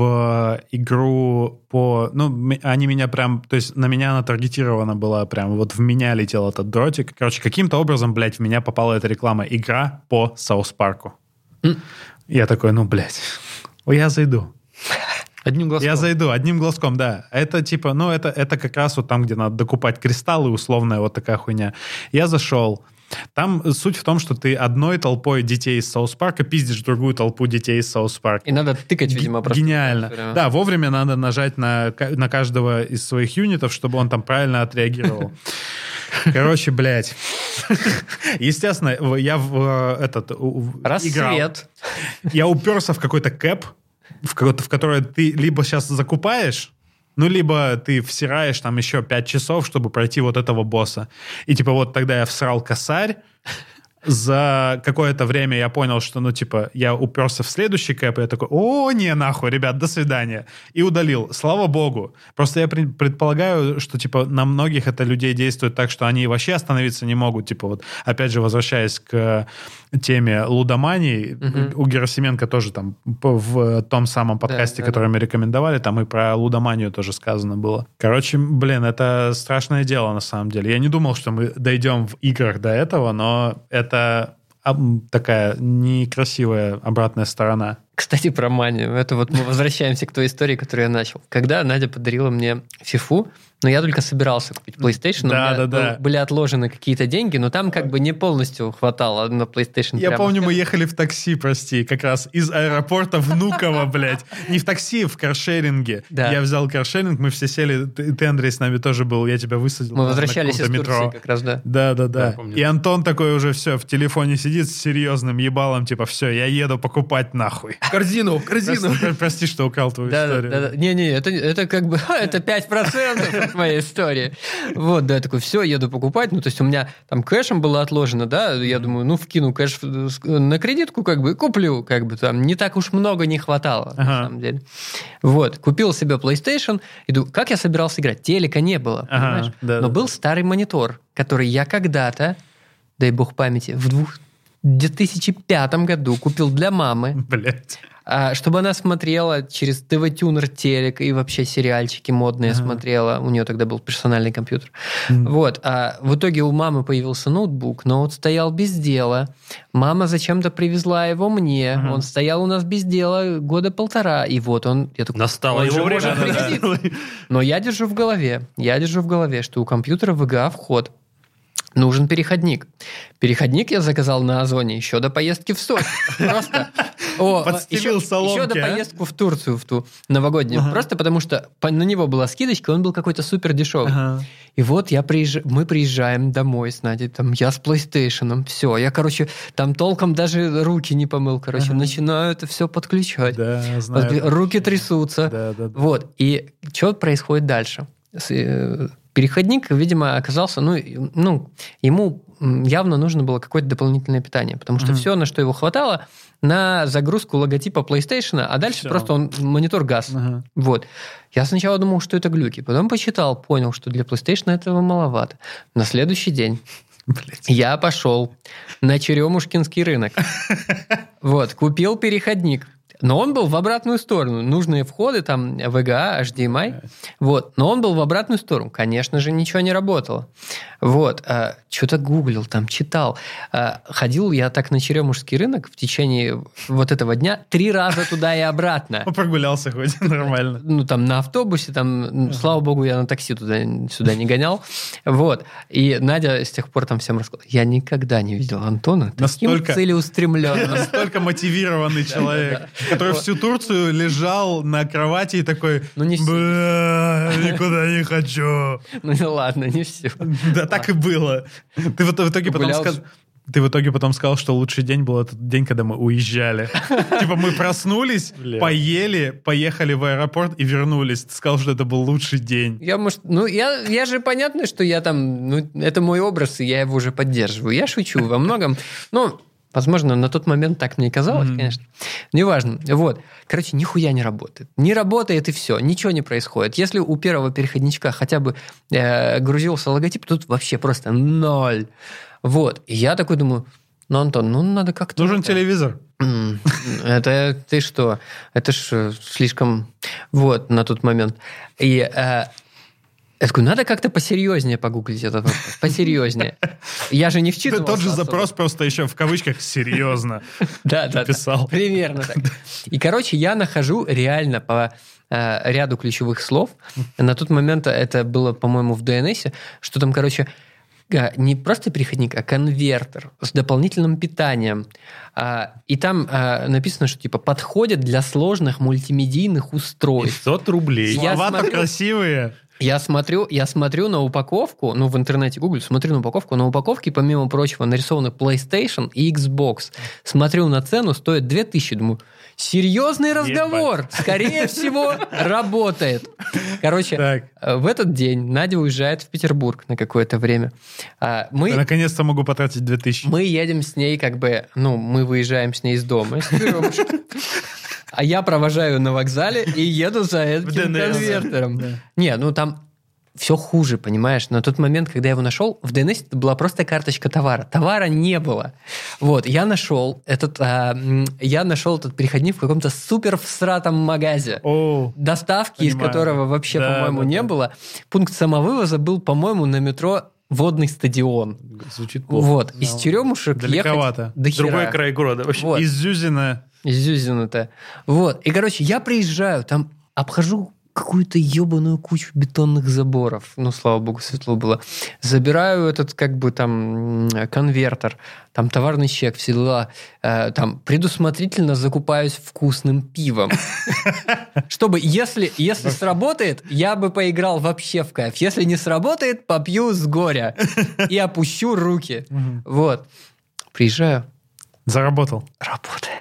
в игру по... Ну, они меня прям... То есть на меня она таргетирована была прям. Вот в меня летел этот дротик. Короче, каким-то образом, блядь, в меня попала эта реклама. Игра по Саус Парку. Mm. Я такой, ну, блядь, я зайду. Одним глазком. Я зайду, одним глазком, да. Это типа, ну, это, это как раз вот там, где надо докупать кристаллы, условная вот такая хуйня. Я зашел. Там суть в том, что ты одной толпой детей из Саус Парка пиздишь другую толпу детей из Саус Парка. И надо тыкать, видимо, просто. Гениально. Да, вовремя надо нажать на, на каждого из своих юнитов, чтобы он там правильно отреагировал. Короче, блядь. Естественно, я в этот... Рассвет. Я уперся в какой-то кэп, в, в который ты либо сейчас закупаешь, ну, либо ты всираешь там еще пять часов, чтобы пройти вот этого босса. И типа вот тогда я всрал косарь. За какое-то время я понял, что, ну, типа, я уперся в следующий кэп, и я такой, о, не, нахуй, ребят, до свидания. И удалил. Слава богу. Просто я предполагаю, что, типа, на многих это людей действует так, что они вообще остановиться не могут. Типа, вот, опять же, возвращаясь к теме лудомании, uh-huh. у Герасименко тоже там в том самом подкасте, да, который да. мы рекомендовали, там и про лудоманию тоже сказано было. Короче, блин, это страшное дело, на самом деле. Я не думал, что мы дойдем в играх до этого, но это... Это такая некрасивая обратная сторона. Кстати, про манию. Это вот мы возвращаемся к той истории, которую я начал. Когда Надя подарила мне фифу, но я только собирался купить PlayStation, да, у меня да, был, да. были отложены какие-то деньги, но там как бы не полностью хватало на PlayStation. Я прямо. помню, мы ехали в такси, прости, как раз из аэропорта Внуково, блядь. Не в такси, в каршеринге. Да. Я взял каршеринг, мы все сели, ты, ты, Андрей, с нами тоже был, я тебя высадил. Мы на возвращались из каком-то Турции метро. как раз, да. Да, да, да. Да, И Антон такой уже все, в телефоне сидит с серьезным ебалом, типа, все, я еду покупать нахуй. Корзину, корзину. Прости, прости, что украл твою Да, историю. да, да. Не-не, это, это как бы это пять процентов от моей истории. Вот, да, я такой, все, еду покупать. Ну, то есть у меня там кэшем было отложено, да, я думаю, ну, вкину кэш на кредитку, как бы, и куплю, как бы там не так уж много не хватало, ага. на самом деле. Вот, купил себе PlayStation, иду, как я собирался играть? Телека не было, ага, понимаешь? да, Но да, был да. старый монитор, который я когда-то, дай бог памяти, в двух... в две тысячи пятом году купил для мамы. Блять. Чтобы она смотрела через ти ви-тюнер телек и вообще сериальчики модные ага. смотрела. У нее тогда был персональный компьютер. Mm. Вот. А в итоге у мамы появился ноутбук, но он стоял без дела. Мама зачем-то привезла его мне. Ага. Он стоял у нас без дела года полтора. И вот он... Я такой, настало его время пригодится. Но я держу в голове, я держу в голове, что у компьютера ви джи эй вход. Нужен переходник. Переходник я заказал на Озоне еще до поездки в Сочи. Просто... О, подстелил еще, соломки, еще до а? поездку в Турцию, в ту новогоднюю. Ага. Просто потому что на него была скидочка, он был какой-то супер дешевый. Ага. И вот я приезж... мы приезжаем домой с Надей, там я с PlayStation, все. Я, короче, там толком даже руки не помыл, короче. Ага. Начинаю это все подключать. Да, знаю. Под... Руки трясутся. Да, да, да. Вот. И что происходит дальше? Переходник, видимо, оказался, ну, ну, ему явно нужно было какое-то дополнительное питание, потому что mm-hmm. все, на что его хватало, на загрузку логотипа PlayStation, а дальше все. Просто он монитор гас. Mm-hmm. Вот. Я сначала думал, что это глюки, потом почитал, понял, что для PlayStation этого маловато. На следующий день Блять. Я пошел на Черемушкинский рынок. Вот, купил переходник. Но он был в обратную сторону. Нужные входы, там, ви джи эй, эйч ди эм ай. Вот. Но он был в обратную сторону. Конечно же, ничего не работало. Вот. А, что-то гуглил, там, читал. А, ходил я так на Черемушский рынок в течение вот этого дня три раза туда и обратно. Ну, прогулялся хоть нормально. Ну, там, на автобусе, там, слава богу, я на такси туда-сюда не гонял. Вот. И Надя с тех пор там всем рассказала. Я никогда не видел Антона таким целеустремленным. Настолько мотивированный человек. Который всю Турцию лежал на кровати и такой, ну, не бля, никуда не хочу. Ну ладно, не все. Да, так и было. Ты в итоге потом сказал... Ты в итоге потом сказал, что лучший день был этот день, когда мы уезжали. Типа мы проснулись, поели, поехали в аэропорт и вернулись. Ты сказал, что это был лучший день. Я, может, ну, я, я же понятно, что я там, ну, это мой образ, и я его уже поддерживаю. Я шучу во многом. Ну, возможно, на тот момент так мне и казалось, mm-hmm. конечно. Неважно. Вот. Короче, нихуя не работает. Не работает, и все. Ничего не происходит. Если у первого переходничка хотя бы э, грузился логотип, тут вообще просто ноль. Вот. И я такой думаю, ну, Антон, ну, надо как-то... Нужен это... телевизор. Это ты что? Это ж слишком... Вот, на тот момент. И... Э, Я такой, надо как-то посерьезнее погуглить этот вопрос. Посерьезнее. Я же не вчитывался. Тот же особо. запрос просто еще в кавычках «серьезно». Да, да, писал. Примерно так. И, короче, я нахожу реально по э, ряду ключевых слов. На тот момент это было, по-моему, в ди эн эс, что там, короче, не просто переходник, а конвертер с дополнительным питанием. И там написано, что типа подходит для сложных мультимедийных устройств. пятьсот рублей. Слова-то красивые. Я смотрю, я смотрю на упаковку, ну, в интернете гуглю, смотрю на упаковку, на упаковке, помимо прочего, нарисованы PlayStation и Xbox. Смотрю на цену, стоит две тысячи, думаю, серьезный разговор, Ебать. Скорее всего, работает. Короче, так. В этот день Надя уезжает в Петербург на какое-то время. Мы, Я наконец-то могу потратить две тысячи. Мы едем с ней, как бы, ну, мы выезжаем с ней из дома, а я провожаю на вокзале и еду за этим конвертером. Да. Не, ну там все хуже, понимаешь? На тот момент, когда я его нашел, в ди эн эс была просто карточка товара. Товара не было. Вот, я нашел этот, а, я нашел этот переходник в каком-то супер всратом магазе. О, доставки, понимаю. Из которого вообще, да, по-моему, да, не да. было. Пункт самовывоза был, по-моему, на метро Водный стадион. Звучит плохо. Вот. Из Черемушек далековато. Ехать до хера. Другой край города вообще. Вот. Из Зюзина Зюзина-то. Вот. И, короче, я приезжаю, там обхожу какую-то ебаную кучу бетонных заборов. Ну, слава богу, светло было. Забираю этот, как бы, там, конвертер, там, товарный чек, все дела. Э, там, предусмотрительно закупаюсь вкусным пивом. Чтобы, если, если сработает, я бы поиграл вообще в кайф. Если не сработает, попью с горя. И опущу руки. Вот. Приезжаю. Заработал. Работает.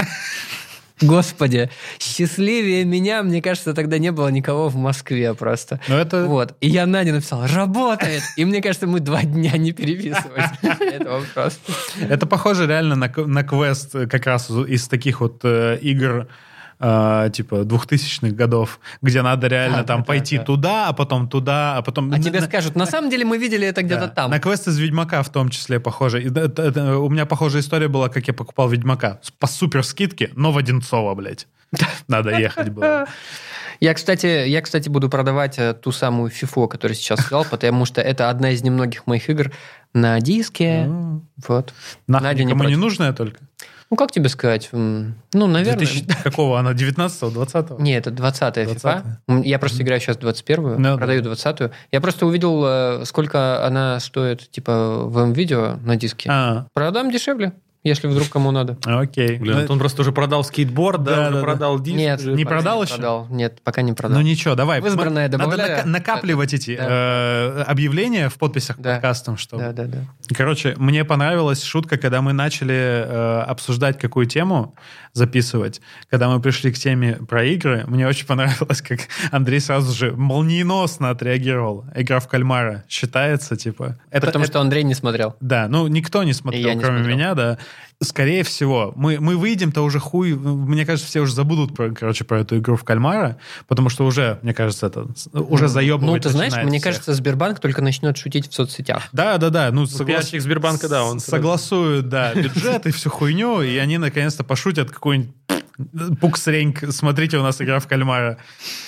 Господи, счастливее меня, мне кажется, тогда не было никого в Москве просто. Но это... Вот. И я Наде написал, работает! И мне кажется, мы два дня не переписывались. Это просто... Это похоже реально на, на квест как раз из таких вот э, игр э, типа двухтысячных годов, где надо реально да, там да, пойти да. туда, а потом туда, а потом... А на, тебе на... скажут, на самом деле мы видели это где-то да. там. На квест из Ведьмака в том числе похоже. И, это, это, у меня похожая история была, как я покупал Ведьмака. По супер скидке, но в Одинцово, блядь. Надо ехать было. Я, кстати, я, кстати, буду продавать ту самую фифу, которую сейчас сказал, потому что это одна из немногих моих игр на диске. Вот. Нахуй никому не нужная только? Ну, как тебе сказать? Ну, наверное... две тысячи какого? Она девятнадцатого, двадцатого? Нет, это двадцатая фифа. Я просто играю сейчас двадцать первую, no, продаю двадцатую. Я просто увидел, сколько она стоит, типа, в М-видео на диске. А. Продам дешевле, если вдруг кому надо. Окей. Блин, он просто уже продал скейтборд, да, да, уже да, продал да. диск. Нет, не продал не еще? Продал. Нет, пока не продал. Ну ничего, давай. В избранное добавляю. Надо накапливать эти да. э, объявления в подписях да. подкастом, чтобы... Да, да, да. Короче, мне понравилась шутка, когда мы начали э, обсуждать, какую тему записывать. Когда мы пришли к теме про игры, мне очень понравилось, как Андрей сразу же молниеносно отреагировал. Игра в кальмара считается, типа... Это, Потому это... что Андрей не смотрел. Да, ну никто не смотрел, не кроме смотрел. меня, да. Скорее всего, мы, мы выйдем-то уже хуй... Мне кажется, все уже забудут, про, короче, про эту игру в кальмара, потому что уже, мне кажется, это уже заебывать. Ну, ты знаешь, мне всех. кажется, Сбербанк только начнет шутить в соцсетях. Да, да, да. Ну, соглас... Пиарщик Сбербанка, да, он согласуют, да, бюджет и всю хуйню, и они наконец-то пошутят какой-нибудь пукс-реньк. Смотрите, у нас игра в кальмара.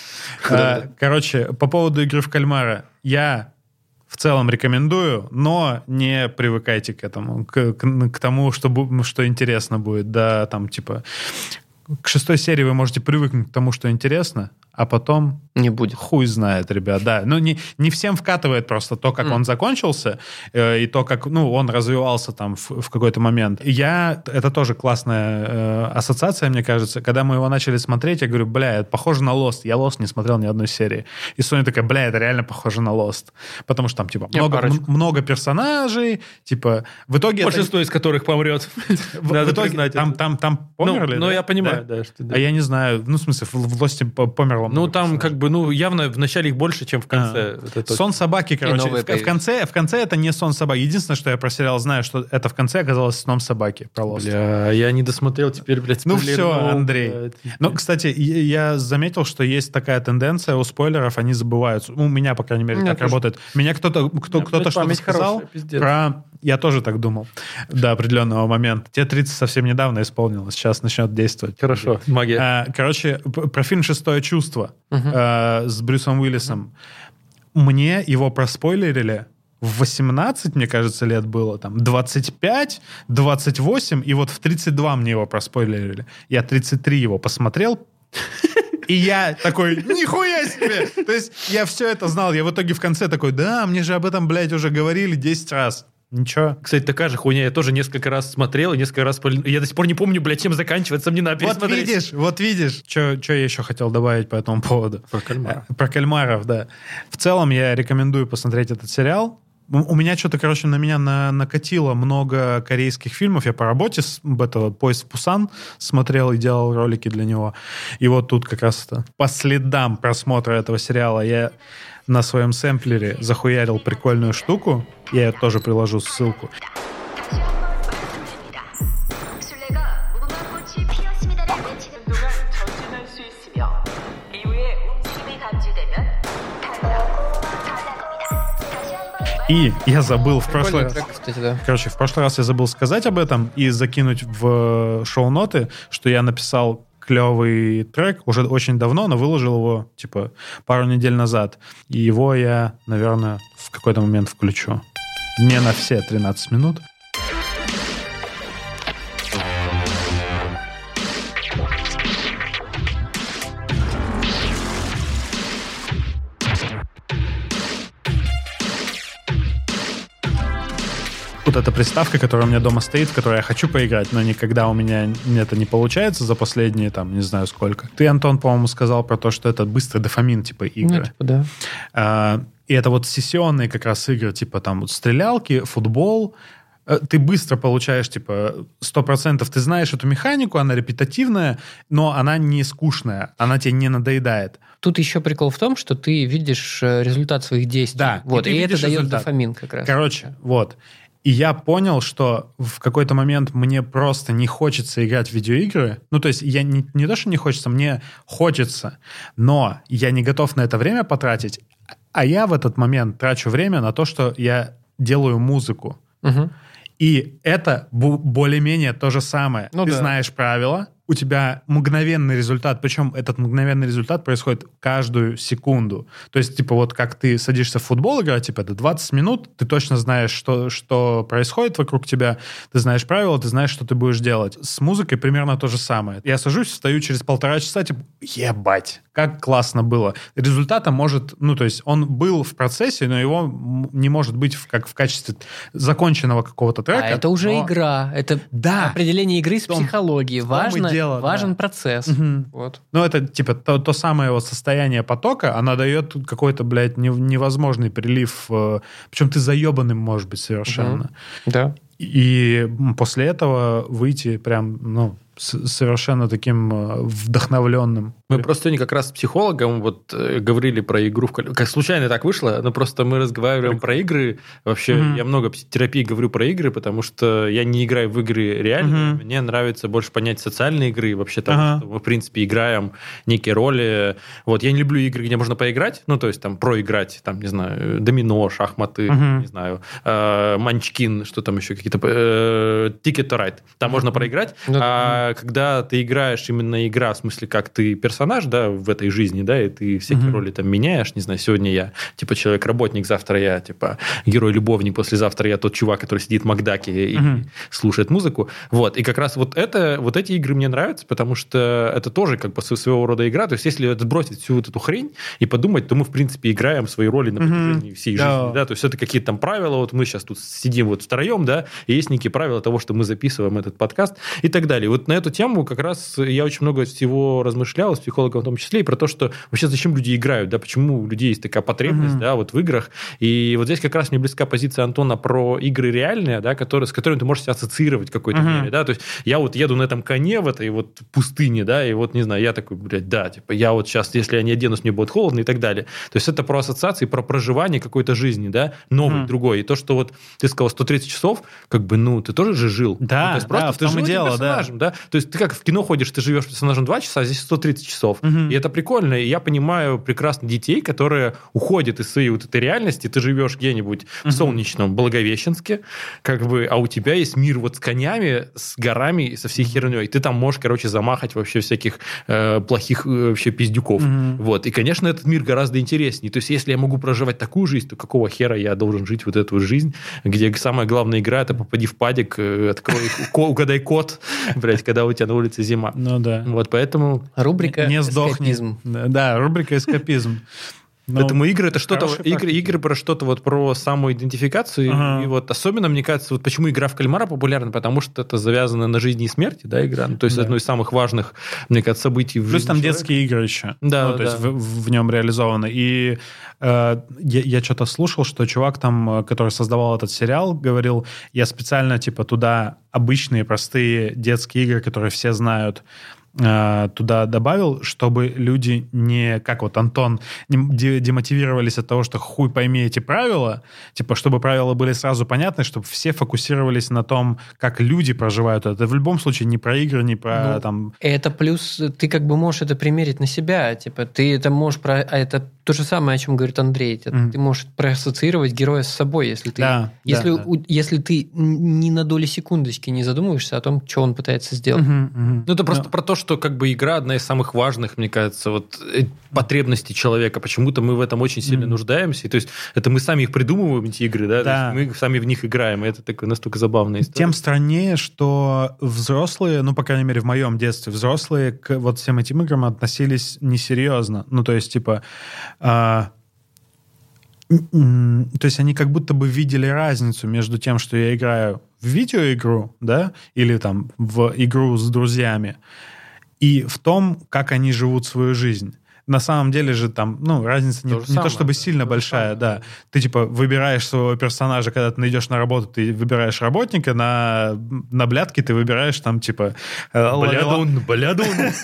Короче, по поводу игры в кальмара. Я в целом рекомендую, но не привыкайте к этому, к, к, к тому, что, что интересно будет. Да, там, типа, к шестой серии вы можете привыкнуть к тому, что интересно, а потом... Не будет. Хуй знает, ребят, да. Ну, не, не всем вкатывает просто то, как mm. он закончился, э, и то, как, ну, он развивался там в, в какой-то момент. Я... Это тоже классная э, ассоциация, мне кажется. Когда мы его начали смотреть, я говорю, бля, это похоже на Lost. Я Lost не смотрел ни одной серии. И Соня такая, бля, это реально похоже на Lost. Потому что там, типа, много, м- много персонажей, типа, в итоге... Большинство это... из которых помрет. В итоге там, там, там померли? Ну, да? я понимаю, да. да. Что, да. А я не знаю, ну, в смысле, в, в Lost померло. Ну, там как бы, ну, явно в начале их больше, чем в конце. А. Это сон собаки, короче. В, в, конце, в конце это не сон собаки. Единственное, что я про сериал знаю, что это в конце оказалось сном собаки. Про Lost. Бля, я не досмотрел теперь, блядь, Ну все, Андрей. Блядь. Ну, кстати, я заметил, что есть такая тенденция у спойлеров, они забываются. У меня, по крайней мере, Меня так тоже. работает. Меня кто-то, кто, кто-то что-то сказал хорошая, про... Я тоже так думал до определенного момента. Тебе тридцать совсем недавно исполнилось. Сейчас начнет действовать. Хорошо, магия. А, короче, про фильм «Шестое чувство» uh-huh. а, с Брюсом Уиллисом. Мне его проспойлерили в восемнадцать, мне кажется, лет было, там, двадцать пять, двадцать восемь, и вот в тридцать два мне его проспойлерили. Я тридцать три его посмотрел, и я такой, нихуя себе! То есть я все это знал. Я в итоге в конце такой, да, мне же об этом, блядь, уже говорили десять раз. Ничего. Кстати, такая же хуйня. Я тоже несколько раз смотрел, и несколько раз... Я до сих пор не помню, блядь, чем заканчивается. Мне надо Вот видишь, вот видишь. Что я еще хотел добавить по этому поводу? Про кальмаров. Про кальмаров, да. В целом я рекомендую посмотреть этот сериал. У меня что-то, короче, на меня на, накатило много корейских фильмов. Я по работе с этого «Поезд в Пусан» смотрел и делал ролики для него. И вот тут как раз это по следам просмотра этого сериала я на своем сэмплере захуярил прикольную штуку. Я ее тоже приложу ссылку. И я забыл в прошлый раз... Трек, кстати, да. Короче, в прошлый раз я забыл сказать об этом и закинуть в шоу-ноты, что я написал клевый трек уже очень давно, но выложил его, типа, пару недель назад. И его я, наверное, в какой-то момент включу. Не на все тринадцать минут. вот эта приставка, которая у меня дома стоит, в которой я хочу поиграть, но никогда у меня это не получается за последние, там, не знаю сколько. Ты, Антон, по-моему, сказал про то, что это быстрый дофамин, типа, игры. Ну, типа, да. А, и это вот сессионные как раз игры, типа, там, вот стрелялки, футбол. Ты быстро получаешь, типа, сто процентов ты знаешь эту механику, она репетативная, но она не скучная, она тебе не надоедает. Тут еще прикол в том, что ты видишь результат своих действий. Да, вот, и, и это дает результат. Дофамин как раз. Короче, вот. И я понял, что в какой-то момент мне просто не хочется играть в видеоигры. Ну, то есть я не, не то, что не хочется, мне хочется, но я не готов на это время потратить, а я в этот момент трачу время на то, что я делаю музыку. Угу. И это более-менее то же самое. Ну, Ты да. знаешь правила, у тебя мгновенный результат, причем этот мгновенный результат происходит каждую секунду. То есть, типа, вот как ты садишься в футбол играть, типа, это двадцать минут, ты точно знаешь, что, что происходит вокруг тебя, ты знаешь правила, ты знаешь, что ты будешь делать. С музыкой примерно то же самое. Я сажусь, встаю через полтора часа, типа, ебать, как классно было. Результата может, ну, то есть он был в процессе, но его не может быть в, как в качестве законченного какого-то трека. А это уже но... игра, это да. определение игры с том, психологией. Важно, дело, важен да. процесс. Угу. Вот. Ну, это, типа, то, то самое вот состояние потока, оно дает какой-то, блядь, невозможный прилив. Э, причем ты заебанным, может быть, совершенно. Угу. Да. И после этого выйти прям, ну, совершенно таким вдохновленным. Мы просто сегодня как раз с психологом вот э, говорили про игру, в кол... как случайно так вышло, но просто мы разговариваем Прикольно. Про игры. Вообще, mm-hmm. я много в терапии говорю про игры, потому что я не играю в игры реально. Mm-hmm. Мне нравится больше понять социальные игры, вообще того, uh-huh. что мы, в принципе, играем некие роли. Вот, я не люблю игры, где можно поиграть, ну, то есть там проиграть, там, не знаю, домино, шахматы, mm-hmm. не знаю, э, манчкин, что там еще, какие-то э, Ticket to Ride. Там mm-hmm. можно проиграть, mm-hmm. а когда ты играешь именно игра, в смысле, как ты персонаж, да, в этой жизни, да, и ты всякие mm-hmm. роли там меняешь, не знаю, сегодня я, типа, человек-работник, завтра я, типа, герой-любовник, послезавтра я тот чувак, который сидит в Макдаке и mm-hmm. слушает музыку, вот, и как раз вот это, вот эти игры мне нравятся, потому что это тоже, как бы, своего рода игра, то есть, если отбросить всю вот эту хрень и подумать, то мы, в принципе, играем свои роли на протяжении mm-hmm. всей жизни, yeah. да, то есть, это какие-то там правила, вот мы сейчас тут сидим вот втроем, да, и есть некие правила того, что мы записываем этот подкаст и так далее. Вот на эту тему как раз я очень много всего размышлял, с психологом в том числе, и про то, что вообще зачем люди играют, да, почему у людей есть такая потребность, mm-hmm. да, вот в играх. И вот здесь как раз мне близка позиция Антона про игры реальные, да, которые, с которыми ты можешь себя ассоциировать в какой-то mm-hmm. мере, да, то есть я вот еду на этом коне в этой вот пустыне, да, и вот, не знаю, я такой, блядь, да, типа, я вот сейчас, если я не оденусь, мне будет холодно и так далее. То есть это про ассоциации, про проживание какой-то жизни, да, новый, mm-hmm. другой. И то, что вот ты сказал сто тридцать часов, как бы, ну, ты тоже же жил. Да, ну, то есть просто да, в том и дело, да. да. То есть ты как в кино ходишь, ты живешь персонажем два часа, а здесь сто тридцать часов. Угу. И это прикольно. И я понимаю прекрасно детей, которые уходят из своей вот этой реальности. Ты живешь где-нибудь угу. в солнечном Благовещенске, как бы, а у тебя есть мир вот с конями, с горами и со всей херней. И ты там можешь, короче, замахать вообще всяких э, плохих э, вообще пиздюков. Угу. Вот. И, конечно, этот мир гораздо интереснее. То есть, если я могу проживать такую жизнь, то какого хера я должен жить вот эту жизнь, где самая главная игра — это попади в падик, открой, угадай код, блядь, когда у тебя на улице зима. Ну да. Вот поэтому... Рубрика «Не сдохни». «Эскапизм». Да, рубрика «Эскапизм». Но Поэтому игры это что-то, игры, игры про что-то вот про самоидентификацию. Ага. И вот особенно, мне кажется, вот почему игра в кальмара популярна, потому что это завязано на жизни и смерти, да, игра. Ну, то есть да. одно из самых важных, мне кажется, событий в Плюс жизни. Плюс там человека. детские игры еще. Да, ну, то да. есть в, в нем реализованы. И э, я, я что-то слушал, что чувак там, который создавал этот сериал, говорил, я специально типа туда обычные, простые детские игры, которые все знают, туда добавил, чтобы люди не, как вот Антон, не демотивировались от того, что хуй пойми эти правила, типа, чтобы правила были сразу понятны, чтобы все фокусировались на том, как люди проживают это. В любом случае не про игры, не про ну, там... Это плюс, ты как бы можешь это примерить на себя, типа, ты это можешь про... А это то же самое, о чем говорит Андрей. Mm-hmm. Ты можешь проассоциировать героя с собой, если ты... Да, если, да, у, да. если ты ни на доли секундочки не задумываешься о том, что он пытается сделать. Mm-hmm, mm-hmm. Ну, это просто yeah. про то, что как бы игра одна из самых важных, мне кажется, вот потребностей человека. Почему-то мы в этом очень сильно mm-hmm. нуждаемся. И, то есть это мы сами их придумываем, эти игры, да? Да. Мы сами в них играем. И это такая настолько забавная история. Тем страннее, что взрослые, ну, по крайней мере, в моем детстве, взрослые к вот всем этим играм относились несерьезно. Ну, то есть, типа... А... То есть они как будто бы видели разницу между тем, что я играю в видеоигру, да, или там в игру с друзьями, и в том, как они живут свою жизнь. На самом деле же там, ну, разница не то, не то чтобы да, сильно большая, самое, да. да. Ты, типа, выбираешь своего персонажа, когда ты идешь на работу, ты выбираешь работника, на, на блядке ты выбираешь там, типа... Блядун, блядун.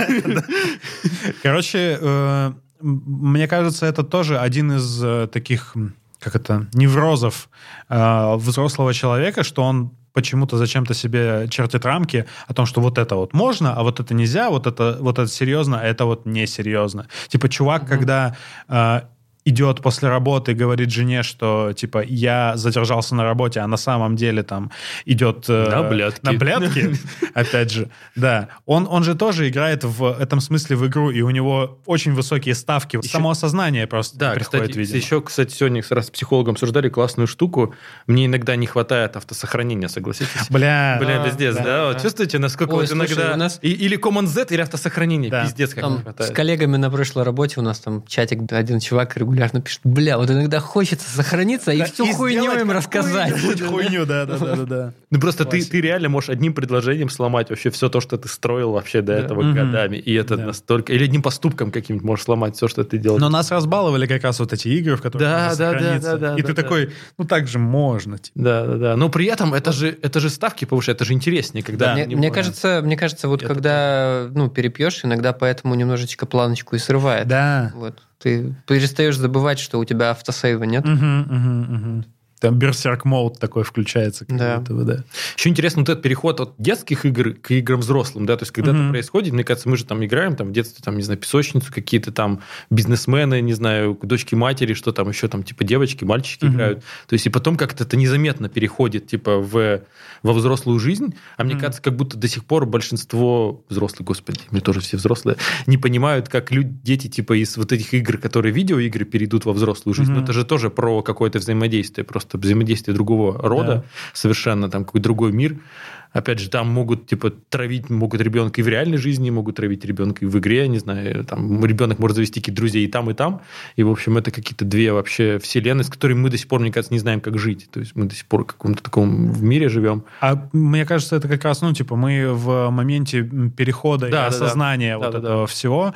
Короче, мне кажется, это тоже один из таких, как это, неврозов взрослого человека, что он почему-то зачем-то себе чертит рамки о том, что вот это вот можно, а вот это нельзя, вот это, вот это серьезно, а это вот несерьезно. Типа чувак, mm-hmm. когда э, идет после работы и говорит жене, что типа я задержался на работе, а на самом деле там идет э, на блядки. На блядки, опять же, да. Он, он же тоже играет в этом смысле в игру, и у него очень высокие ставки. Еще... Самоосознание просто да, приходит, кстати, видимо. Еще, кстати, сегодня раз с психологом обсуждали классную штуку. Мне иногда не хватает автосохранения, согласитесь? Бля. Бля, пиздец, да? да? да. Вот чувствуете, насколько Ой, вот слушай, иногда... У нас... И, или Command Z, или автосохранение. Да. Пиздец, как там не хватает. С коллегами на прошлой работе у нас там чатик, один чувак регулярно пишет, бля, вот иногда хочется сохраниться и да, всю и хуйню им рассказать. Хуйню, да, да, да, да. Ну просто ты, ты реально можешь одним предложением сломать вообще все то, что ты строил вообще до этого да. годами. И это да. настолько... Или одним поступком каким-нибудь можешь сломать все, что ты делал. Но нас разбаловали как раз вот эти игры, в которых да, можно да, сохраниться. Да, да, да, и да, ты да. такой, ну так же можно. Типа. Да, да, да. Но при этом это же, это же ставки повышают, это же интереснее, когда... Да. Мне, мне, кажется, мне кажется, вот это когда ну, перепьешь, иногда поэтому немножечко планочку и срывает. Да. Вот. Ты перестаешь забывать, что у тебя автосейва нет. Угу, угу, угу. Там берсерк мод такой включается. Да. Будто бы, да. Еще интересно вот этот переход от детских игр к играм взрослым, да, то есть когда mm-hmm. это происходит, мне кажется, мы же там играем там в детстве, там, не знаю, песочницу, какие-то там бизнесмены, не знаю, дочки матери, что там еще там, типа девочки, мальчики mm-hmm. играют, то есть и потом как-то это незаметно переходит, типа, в, во взрослую жизнь, а mm-hmm. мне кажется, как будто до сих пор большинство взрослых, господи, мы тоже все взрослые, не понимают, как люди, дети, типа, из вот этих игр, которые видеоигры, перейдут во взрослую жизнь, mm-hmm. но это же тоже про какое-то взаимодействие, просто взаимодействие другого рода, да. совершенно там какой-то другой мир. Опять же, там могут, типа, травить, могут ребенка и в реальной жизни, могут травить ребенка и в игре, не знаю, там ребенок может завести какие-то друзей и там, и там. И, в общем, это какие-то две вообще вселенные, с которыми мы до сих пор, мне кажется, не знаем, как жить. То есть мы до сих пор в каком-то таком в мире живем. А мне кажется, это как раз, ну, типа, мы в моменте перехода да, и да, осознания да. вот да, этого да. всего,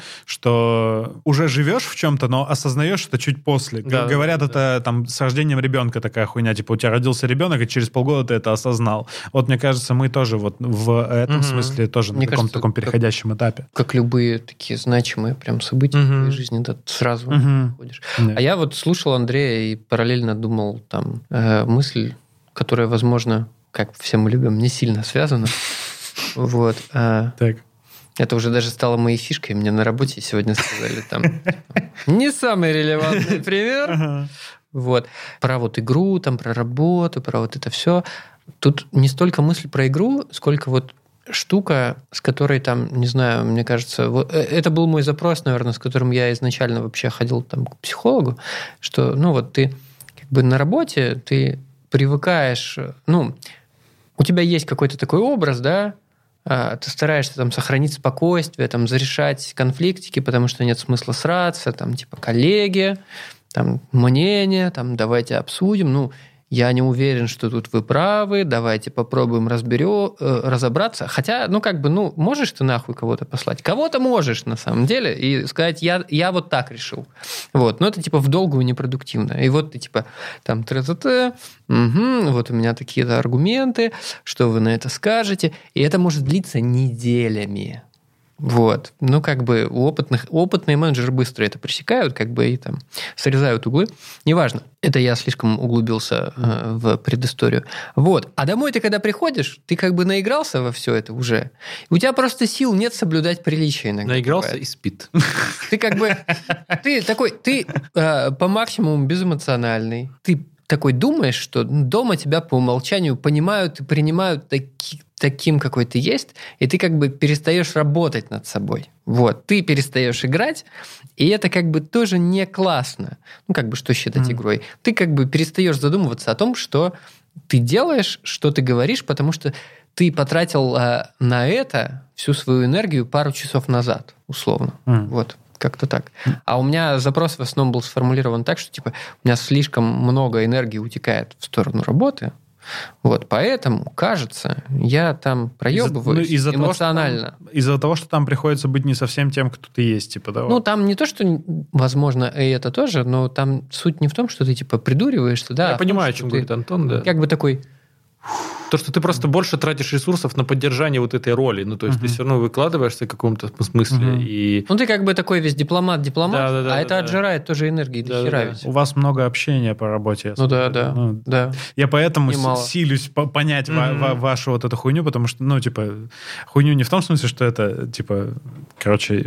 что уже живешь в чем-то, но осознаешь это чуть после. Да, Говорят, да, это да. там с рождением ребенка такая хуйня, типа, у тебя родился ребенок, и через полгода ты это осознал. Вот, мне кажется, мы тоже вот в В этом угу. смысле тоже Мне на каком-то таком переходящем как, этапе. Как любые такие значимые прям события угу. в твоей жизни, да, сразу угу. ходишь. Да. А я вот слушал Андрея и параллельно думал там э, мысль, которая, возможно, как все мы любим, не сильно связана. Вот. Так. Это уже даже стало моей фишкой. Мне на работе сегодня сказали там не самый релевантный пример. Вот. Про вот игру, там, про работу, про вот это все. Тут не столько мысль про игру, сколько вот штука, с которой там, не знаю, мне кажется, вот, это был мой запрос, наверное, с которым я изначально вообще ходил там к психологу, что, ну, вот ты как бы на работе, ты привыкаешь, ну, у тебя есть какой-то такой образ, да, ты стараешься там сохранить спокойствие, там, зарешать конфликтики, потому что нет смысла сраться, там, типа, коллеги, там, мнение, там, давайте обсудим, ну, я не уверен, что тут вы правы, давайте попробуем разберем, э, разобраться. Хотя, ну, как бы, ну, можешь ты нахуй кого-то послать? Кого-то можешь, на самом деле, и сказать, я, я вот так решил. Вот, но это, типа, в долгую непродуктивно. И вот ты, типа, там, тра-та-та, угу, вот у меня такие-то аргументы, что вы на это скажете, и это может длиться неделями. Вот. Ну, как бы у опытных, опытные менеджеры быстро это пресекают, как бы и там срезают углы. Неважно. Это я слишком углубился э, в предысторию. Вот. А домой ты, когда приходишь, ты как бы наигрался во все это уже. У тебя просто сил нет соблюдать приличие иногда. Наигрался бывает. И спит. Ты как бы... Ты такой... Ты э, по максимуму безэмоциональный. Ты такой думаешь, что дома тебя по умолчанию понимают и принимают таки, таким, какой ты есть, и ты как бы перестаешь работать над собой. Вот. Ты перестаешь играть, и это как бы тоже не классно. Ну, как бы что считать mm-hmm. игрой? Ты как бы перестаешь задумываться о том, что ты делаешь, что ты говоришь, потому что ты потратил а, на это всю свою энергию пару часов назад, условно. Mm-hmm. Вот. Как-то так. А у меня запрос в основном был сформулирован так, что типа у меня слишком много энергии утекает в сторону работы, вот, поэтому, кажется, я там проебываюсь из-за, ну, из-за эмоционально. Того, там, из-за того, что там приходится быть не совсем тем, кто ты есть, типа того. Ну, там не то, что, возможно, и это тоже, но там суть не в том, что ты, типа, придуриваешься, да. Я а понимаю, том, о чем ты, говорит Антон, да. Как бы такой... То, что ты просто больше тратишь ресурсов на поддержание вот этой роли. Ну, то есть, uh-huh. ты все равно выкладываешься в каком-то смысле. Uh-huh. И... Ну, ты как бы такой весь дипломат-дипломат, да, да, да, а да, это да. отжирает тоже энергии до да, хера да, ведь. У вас много общения по работе. Ну, да, да, ну, да. Я поэтому Немало. силюсь понять mm-hmm. ва- ва- вашу вот эту хуйню, потому что, ну, типа, хуйню не в том смысле, что это, типа, короче,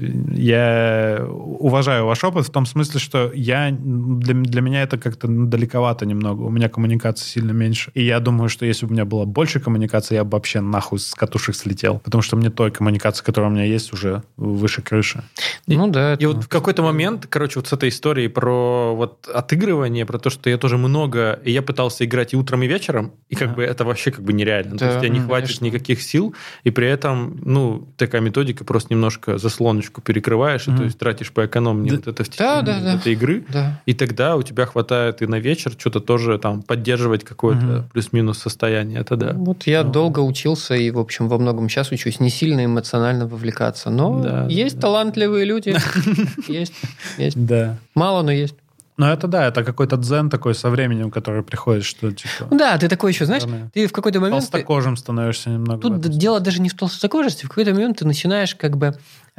я уважаю ваш опыт в том смысле, что я, для, для меня это как-то далековато немного. У меня коммуникации сильно меньше. И я думаю, что если бы у меня было больше коммуникации, я бы вообще нахуй с катушек слетел. Потому что мне той коммуникации, которая у меня есть, уже выше крыши. Ну да. И вот в какой-то момент, короче, вот с этой историей про вот отыгрывание, про то, что я тоже много, и я пытался играть и утром, и вечером, и как да. бы это вообще как бы нереально. Да, то есть у тебя не хватит конечно. никаких сил, и при этом, ну, такая методика, просто немножко заслоночку перекрываешь, mm-hmm. и то есть тратишь по экономии да. вот это в течение да, да, этой да. игры, да. и тогда у тебя хватает и на вечер что-то тоже там поддерживать какое-то mm-hmm. плюс-минус состояние. Это да. Вот я ну. долго учился и, в общем, во многом сейчас учусь не сильно эмоционально вовлекаться. Но да, есть да. талантливые люди. Есть. Есть. Да. Мало, но есть. Ну, это да, это какой-то дзен такой со временем, который приходит, что типа... Ну, да, ты такой еще, знаешь, ты в какой-то момент... Толстокожим становишься немного. Тут дело даже не в толстокожести, в какой-то момент ты начинаешь как бы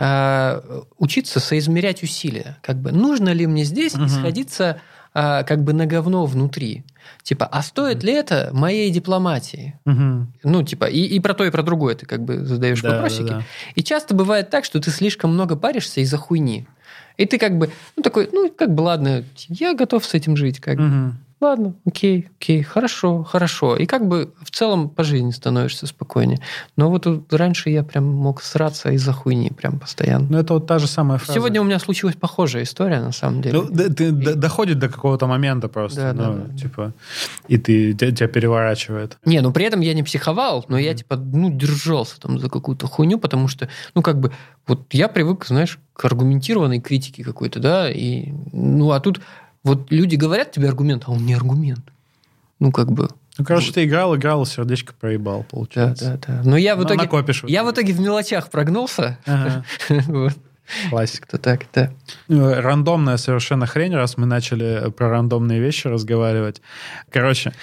э, учиться соизмерять усилия. Как бы, нужно ли мне здесь угу. исходиться э, как бы на говно внутри? Типа, а стоит угу. ли это моей дипломатии? Угу. Ну, типа, и, и про то, и про другое ты как бы задаешь да, вопросики. Да, да. И часто бывает так, что ты слишком много паришься из-за хуйни. И ты как бы, ну, такой, ну, как бы, ладно, я готов с этим жить, как бы. Угу. Ладно, окей, окей, хорошо, хорошо. И как бы в целом по жизни становишься спокойнее. Но вот тут раньше я прям мог сраться из-за хуйни прям постоянно. Ну, это вот та же самая фраза. Сегодня у меня случилась похожая история, на самом деле. Ну, да, ты, и... доходит до какого-то момента просто. Да, ну, да, да. Типа, и ты, тебя переворачивает. Не, ну, при этом я не психовал, но mm-hmm. я, типа, ну, держался там за какую-то хуйню, потому что, ну, как бы, вот я привык, знаешь, к аргументированной критике какой-то, да, и, ну, а тут... Вот люди говорят тебе аргумент, а он не аргумент. Ну, как бы... Ну, короче, вот. Ты играл, играл, сердечко проебал, получается. Да, да, да. Но я в итоге... Накопишь. Я в итоге в мелочах прогнулся. Ага. Вот. Классик. То так, да. Рандомная совершенно хрень, раз мы начали про рандомные вещи разговаривать. Короче,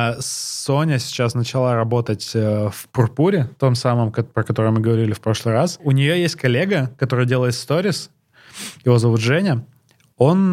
Соня сейчас начала работать в Пурпуре, том самом, про который мы говорили в прошлый раз. У нее есть коллега, который делает сторис. Его зовут Женя. Он,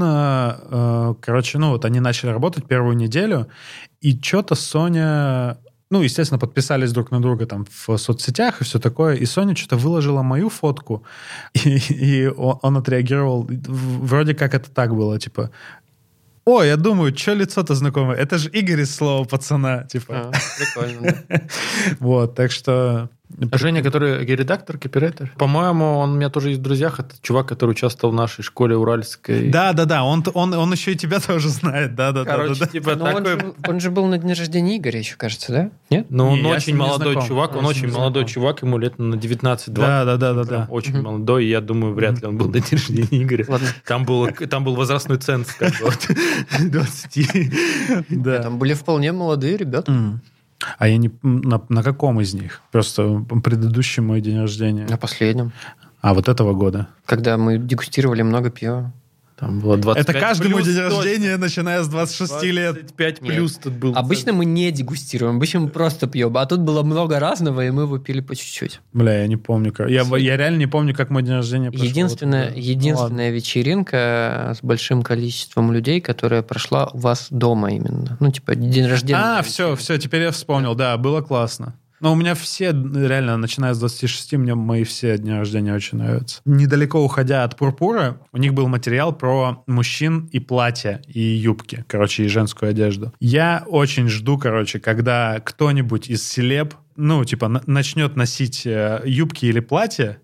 короче, ну вот они начали работать первую неделю, и что-то Соня... Ну, естественно, подписались друг на друга там в соцсетях и все такое, и Соня что-то выложила мою фотку, и, и он, он отреагировал, вроде как это так было, типа... О, я думаю, что лицо-то знакомое? Это же Игорь из «Слова пацана». Типа. А, прикольно, да. Вот, так что... Женя, который редактор, копирайтер. По-моему, он у меня тоже есть в друзьях. Это чувак, который участвовал в нашей школе уральской. Да-да-да, он, он, он еще и тебя тоже знает. Да, да, Короче, да, типа да. такой... Он же, он же был на дне рождения Игоря еще, кажется, да? Нет? Ну, он не, очень молодой знаком. чувак. Я он очень молодой знаком. чувак. Ему лет на девятнадцать-двадцать. Да-да-да. Очень угу. молодой. И я думаю, вряд ли он был на дне рождения Игоря. Ладно. Там был, там был возрастной ценз как бы от двадцати. Да. Там были вполне молодые ребята. А я не... На, на каком из них? Просто предыдущий мой день рождения. На последнем. А, вот этого года? Когда мы дегустировали много пива. Там было двадцать пять Это каждый мой день точно. рождения, начиная с двадцати шести лет. двадцать пять плюс тут был. Обычно мы не дегустируем, обычно мы просто пьем. А тут было много разного, и мы его пили по чуть-чуть. Бля, я не помню. Как... Я, я реально не помню, как мой день рождения прошел. Единственная, вот, единственная ну, вечеринка с большим количеством людей, которая прошла у вас дома именно. Ну, типа, день рождения. А, все, все, теперь я вспомнил. Да, было классно. Но у меня все, реально, начиная с двадцати шести, мне мои все дни рождения очень нравятся. Недалеко уходя от Пурпура, у них был материал про мужчин и платья, и юбки, короче, и женскую одежду. Я очень жду, короче, когда кто-нибудь из селеб, ну, типа, начнет носить юбки или платья,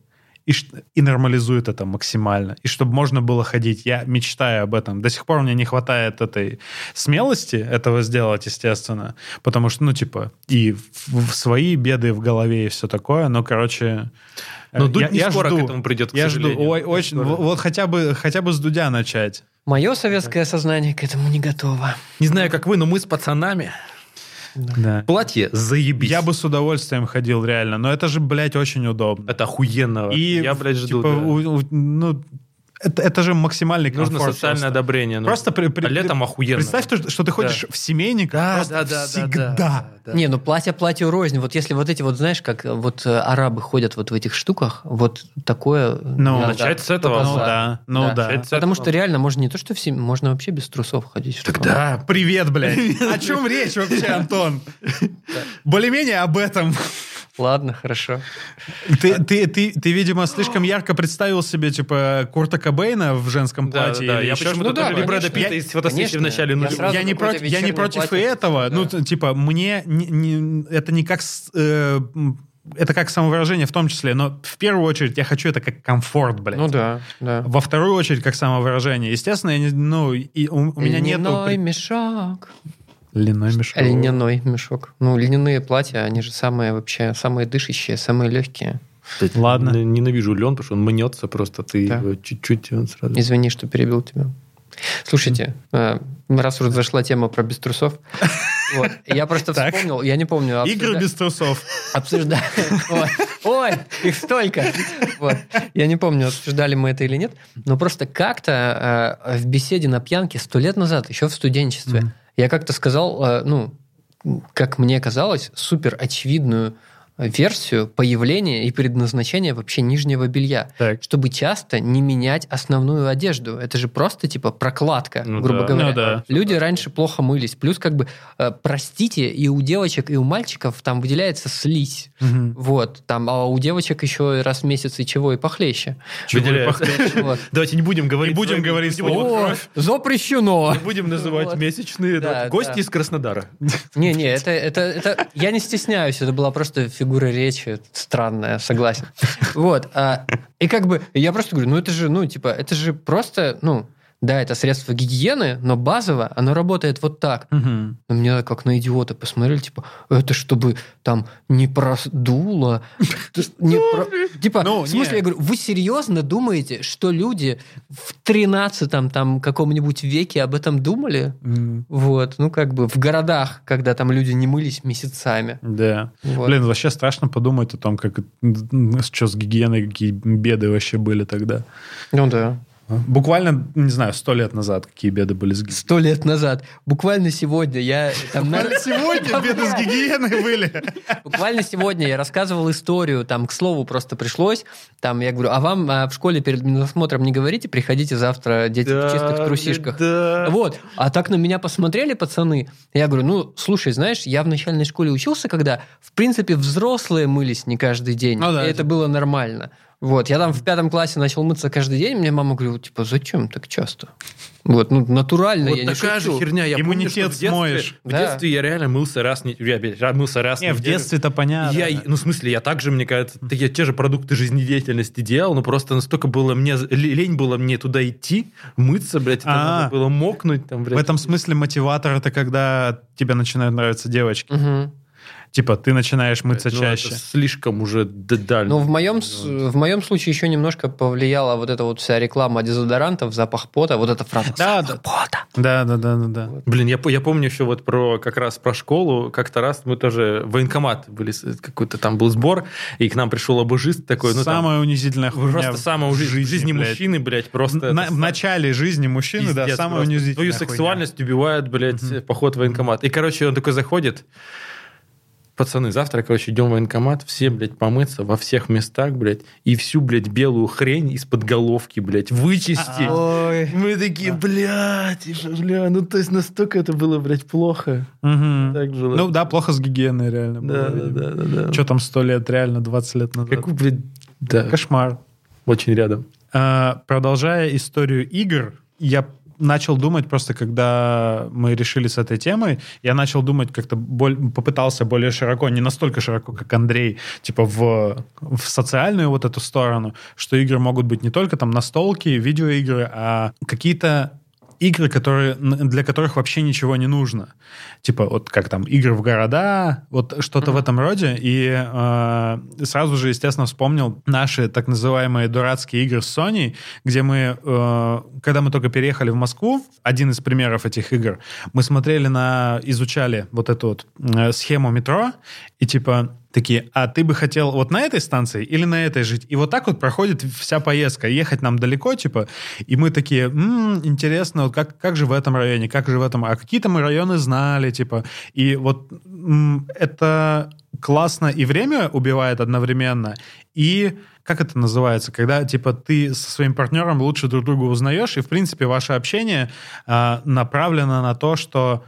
и, и нормализует это максимально. И чтобы можно было ходить. Я мечтаю об этом. До сих пор мне не хватает этой смелости этого сделать, естественно. Потому что, ну, типа, и в, в свои беды в голове и все такое. Но, короче... Но Дудь я, не я скоро жду, к этому придет, к Я жду. сожалению. Ой, очень, вот хотя бы, хотя бы с Дудя начать. Мое советское сознание к этому не готово. Не знаю, как вы, но мы с пацанами. Да. Платье заебись. Я бы с удовольствием ходил, реально. Но это же, блядь, очень удобно. Это охуенно. И, я, блядь, жду. типа, Да. у, у, ну, это, это же максимальный комфорт. Нужно социальное просто. одобрение. Ну. Просто при, при, а летом охуенно. Представь, то, что ты ходишь Да. в семейник Да, просто да, да, всегда. да, да, да. Не, ну платье платью рознь. Вот если вот эти вот, знаешь, как вот э, арабы ходят вот в этих штуках, вот такое... Ну, я- начать с этого. Ну да. да, ну Да. да. Начать с Потому этого. что реально можно не то, что все, можно вообще без трусов ходить. в таком. Да. Привет, блядь. О чем речь вообще, Антон? Более-менее об этом. Ладно, хорошо. Ты, ты, ты, ты, видимо, слишком ярко представил себе, типа, Курта Кобейна в женском Да, платье. да, да. или Я еще почему-то Ну да, или Брэда конечно. Питта из фотосессии Конечно. в начале Я нулевых. сразу Я не, какое-то против, я не вечернее против и платье. этого. Да. Ну, т- типа, мне не- не- это не как... с- э, м, это как самовыражение в том числе, но в первую очередь я хочу это как комфорт, блядь. Ну да, да. Во вторую очередь как самовыражение. Естественно, я не, ну, и у, у меня нету... Льняной мешок. Льняной мешок. Льняной мешок. Ну, льняные платья, они же самые вообще, самые дышащие, самые легкие. Ладно. Н- Ненавижу лен, потому что он мнется просто. Ты Да. его чуть-чуть он сразу... Извини, что перебил тебя. Слушайте, э, раз уже зашла тема про без трусов, вот, я просто Так. вспомнил, я не помню... Игры обсужда- без трусов. Обсуждали. Ой, ой, их столько. Вот. Я не помню, обсуждали мы это или нет, но просто как-то э, в беседе на пьянке сто лет назад, еще в студенчестве, Мгм. я как-то сказал, э, ну, как мне казалось, супер очевидную версию появления и предназначения вообще нижнего белья, Так. чтобы часто не менять основную одежду. Это же просто типа прокладка, Ну грубо да. говоря. Ну да. Люди раньше плохо мылись. Плюс как бы, э, простите, и у девочек, и у мальчиков там выделяется слизь. Мгм. Вот, там, а у девочек еще и раз в месяц и чего, и похлеще. Выделяется. Вот. Давайте не будем говорить... Не будем своими- говорить не будем- слово. О, запрещено! не будем называть Вот. месячные. Да, да. Гости да. из Краснодара. Не-не, это, это, это... Я не стесняюсь, это была просто фигура речи странная, согласен. Вот. а, и как бы я просто говорю, ну это же, ну типа, это же просто, ну, да, это средство гигиены, но базово оно работает вот так. Мгм. На меня как на идиота посмотрели, типа, это чтобы там не продуло. не про- Типа, Ну, в смысле, не. я говорю, вы серьезно думаете, что люди в тринадцатом там каком-нибудь веке об этом думали? М, Вот, ну как бы в городах, когда там люди не мылись месяцами. Да. Вот. Блин, вообще страшно подумать о том, как что с гигиеной, какие беды вообще были тогда. Ну да. Буквально, не знаю, сто лет назад какие беды были с гигиеной. Сто лет назад. Буквально сегодня я... Там, на- Сегодня беды с гигиеной были. Буквально сегодня я рассказывал историю, там, к слову, просто пришлось. Там я говорю, а вам а, в школе перед осмотром не говорите, приходите завтра, дети, в чистых трусишках. Да. Вот. А так на меня посмотрели пацаны. Я говорю, ну, слушай, знаешь, я в начальной школе учился, когда, в принципе, взрослые мылись не каждый день. Ну да, и это- это было нормально. Вот, я там в пятом классе начал мыться каждый день, мне мама говорила, типа, зачем так часто? Вот, ну, натурально, Вот я не такая шучу. же херня. Я помню, что Иммунитет в детстве, смоешь. в Да. детстве я реально мылся раз, не, я, я мылся раз Не, в неделю. детстве-то понятно. Я, ну, в смысле, я также, мне кажется, такие те же продукты жизнедеятельности делал, но просто настолько было мне, л- лень было мне туда идти, мыться, блядь, это А. надо было мокнуть там, блядь. В этом смысле мотиватор — это когда тебе начинают нравиться девочки. Мгм. Типа ты начинаешь мыться Ну, чаще. это слишком уже дально. Ну, в моем, с- в моем случае еще немножко повлияла вот эта вот вся реклама дезодорантов, запах пота, вот эта фраза Да, «запах да. пота». Да, да, да, да, да. Блин, я, по- я помню еще вот про как раз про школу. Как-то раз мы тоже в военкомат были, с- какой-то там был сбор, и к нам пришел обужист такой, ну там Самая унизительная хуйня просто самая в в жизни, в жизни блядь. мужчины, блядь, просто... На- это в са- начале жизни мужчины, да, пиздец самая просто. унизительная Твою хуйня. сексуальность убивает, блядь, поход в военкомат. И, короче, он такой заходит, пацаны, завтра, короче, идем в военкомат, все, блядь, помыться во всех местах, блядь, и всю, блядь, белую хрень из-под головки, блядь, вычистить. Ой. Мы такие, блядь, и что, бля, ну то есть настолько это было, блядь, плохо. Мгм. Так было. Ну да, плохо с гигиеной реально. да, было, да, видимо. да, да, да. Что там сто лет, реально, двадцать лет назад. Какой, блядь, да, Кошмар. очень рядом. А, продолжая историю игр, я начал думать просто, когда мы решили с этой темой, я начал думать как-то, боль, попытался более широко, не настолько широко, как Андрей, типа в, в социальную вот эту сторону, что игры могут быть не только там настолки, видеоигры, а какие-то игры, которые, для которых вообще ничего не нужно. Типа вот как там игры в города, вот что-то mm-hmm. в этом роде. И э, сразу же, естественно, вспомнил наши так называемые дурацкие игры с Sony, где мы, э, когда мы только переехали в Москву, один из примеров этих игр, мы смотрели на, изучали вот эту вот э, схему метро, и типа такие, а ты бы хотел вот на этой станции или на этой жить? И вот так вот проходит вся поездка. Ехать нам далеко, типа, и мы такие, м-м, интересно, вот как, как же в этом районе, как же в этом... А какие-то мы районы знали, типа. И вот м- это классно и время убивает одновременно, и... Как это называется? Когда, типа, ты со своим партнером лучше друг друга узнаешь, и, в принципе, ваше общение э, направлено на то, что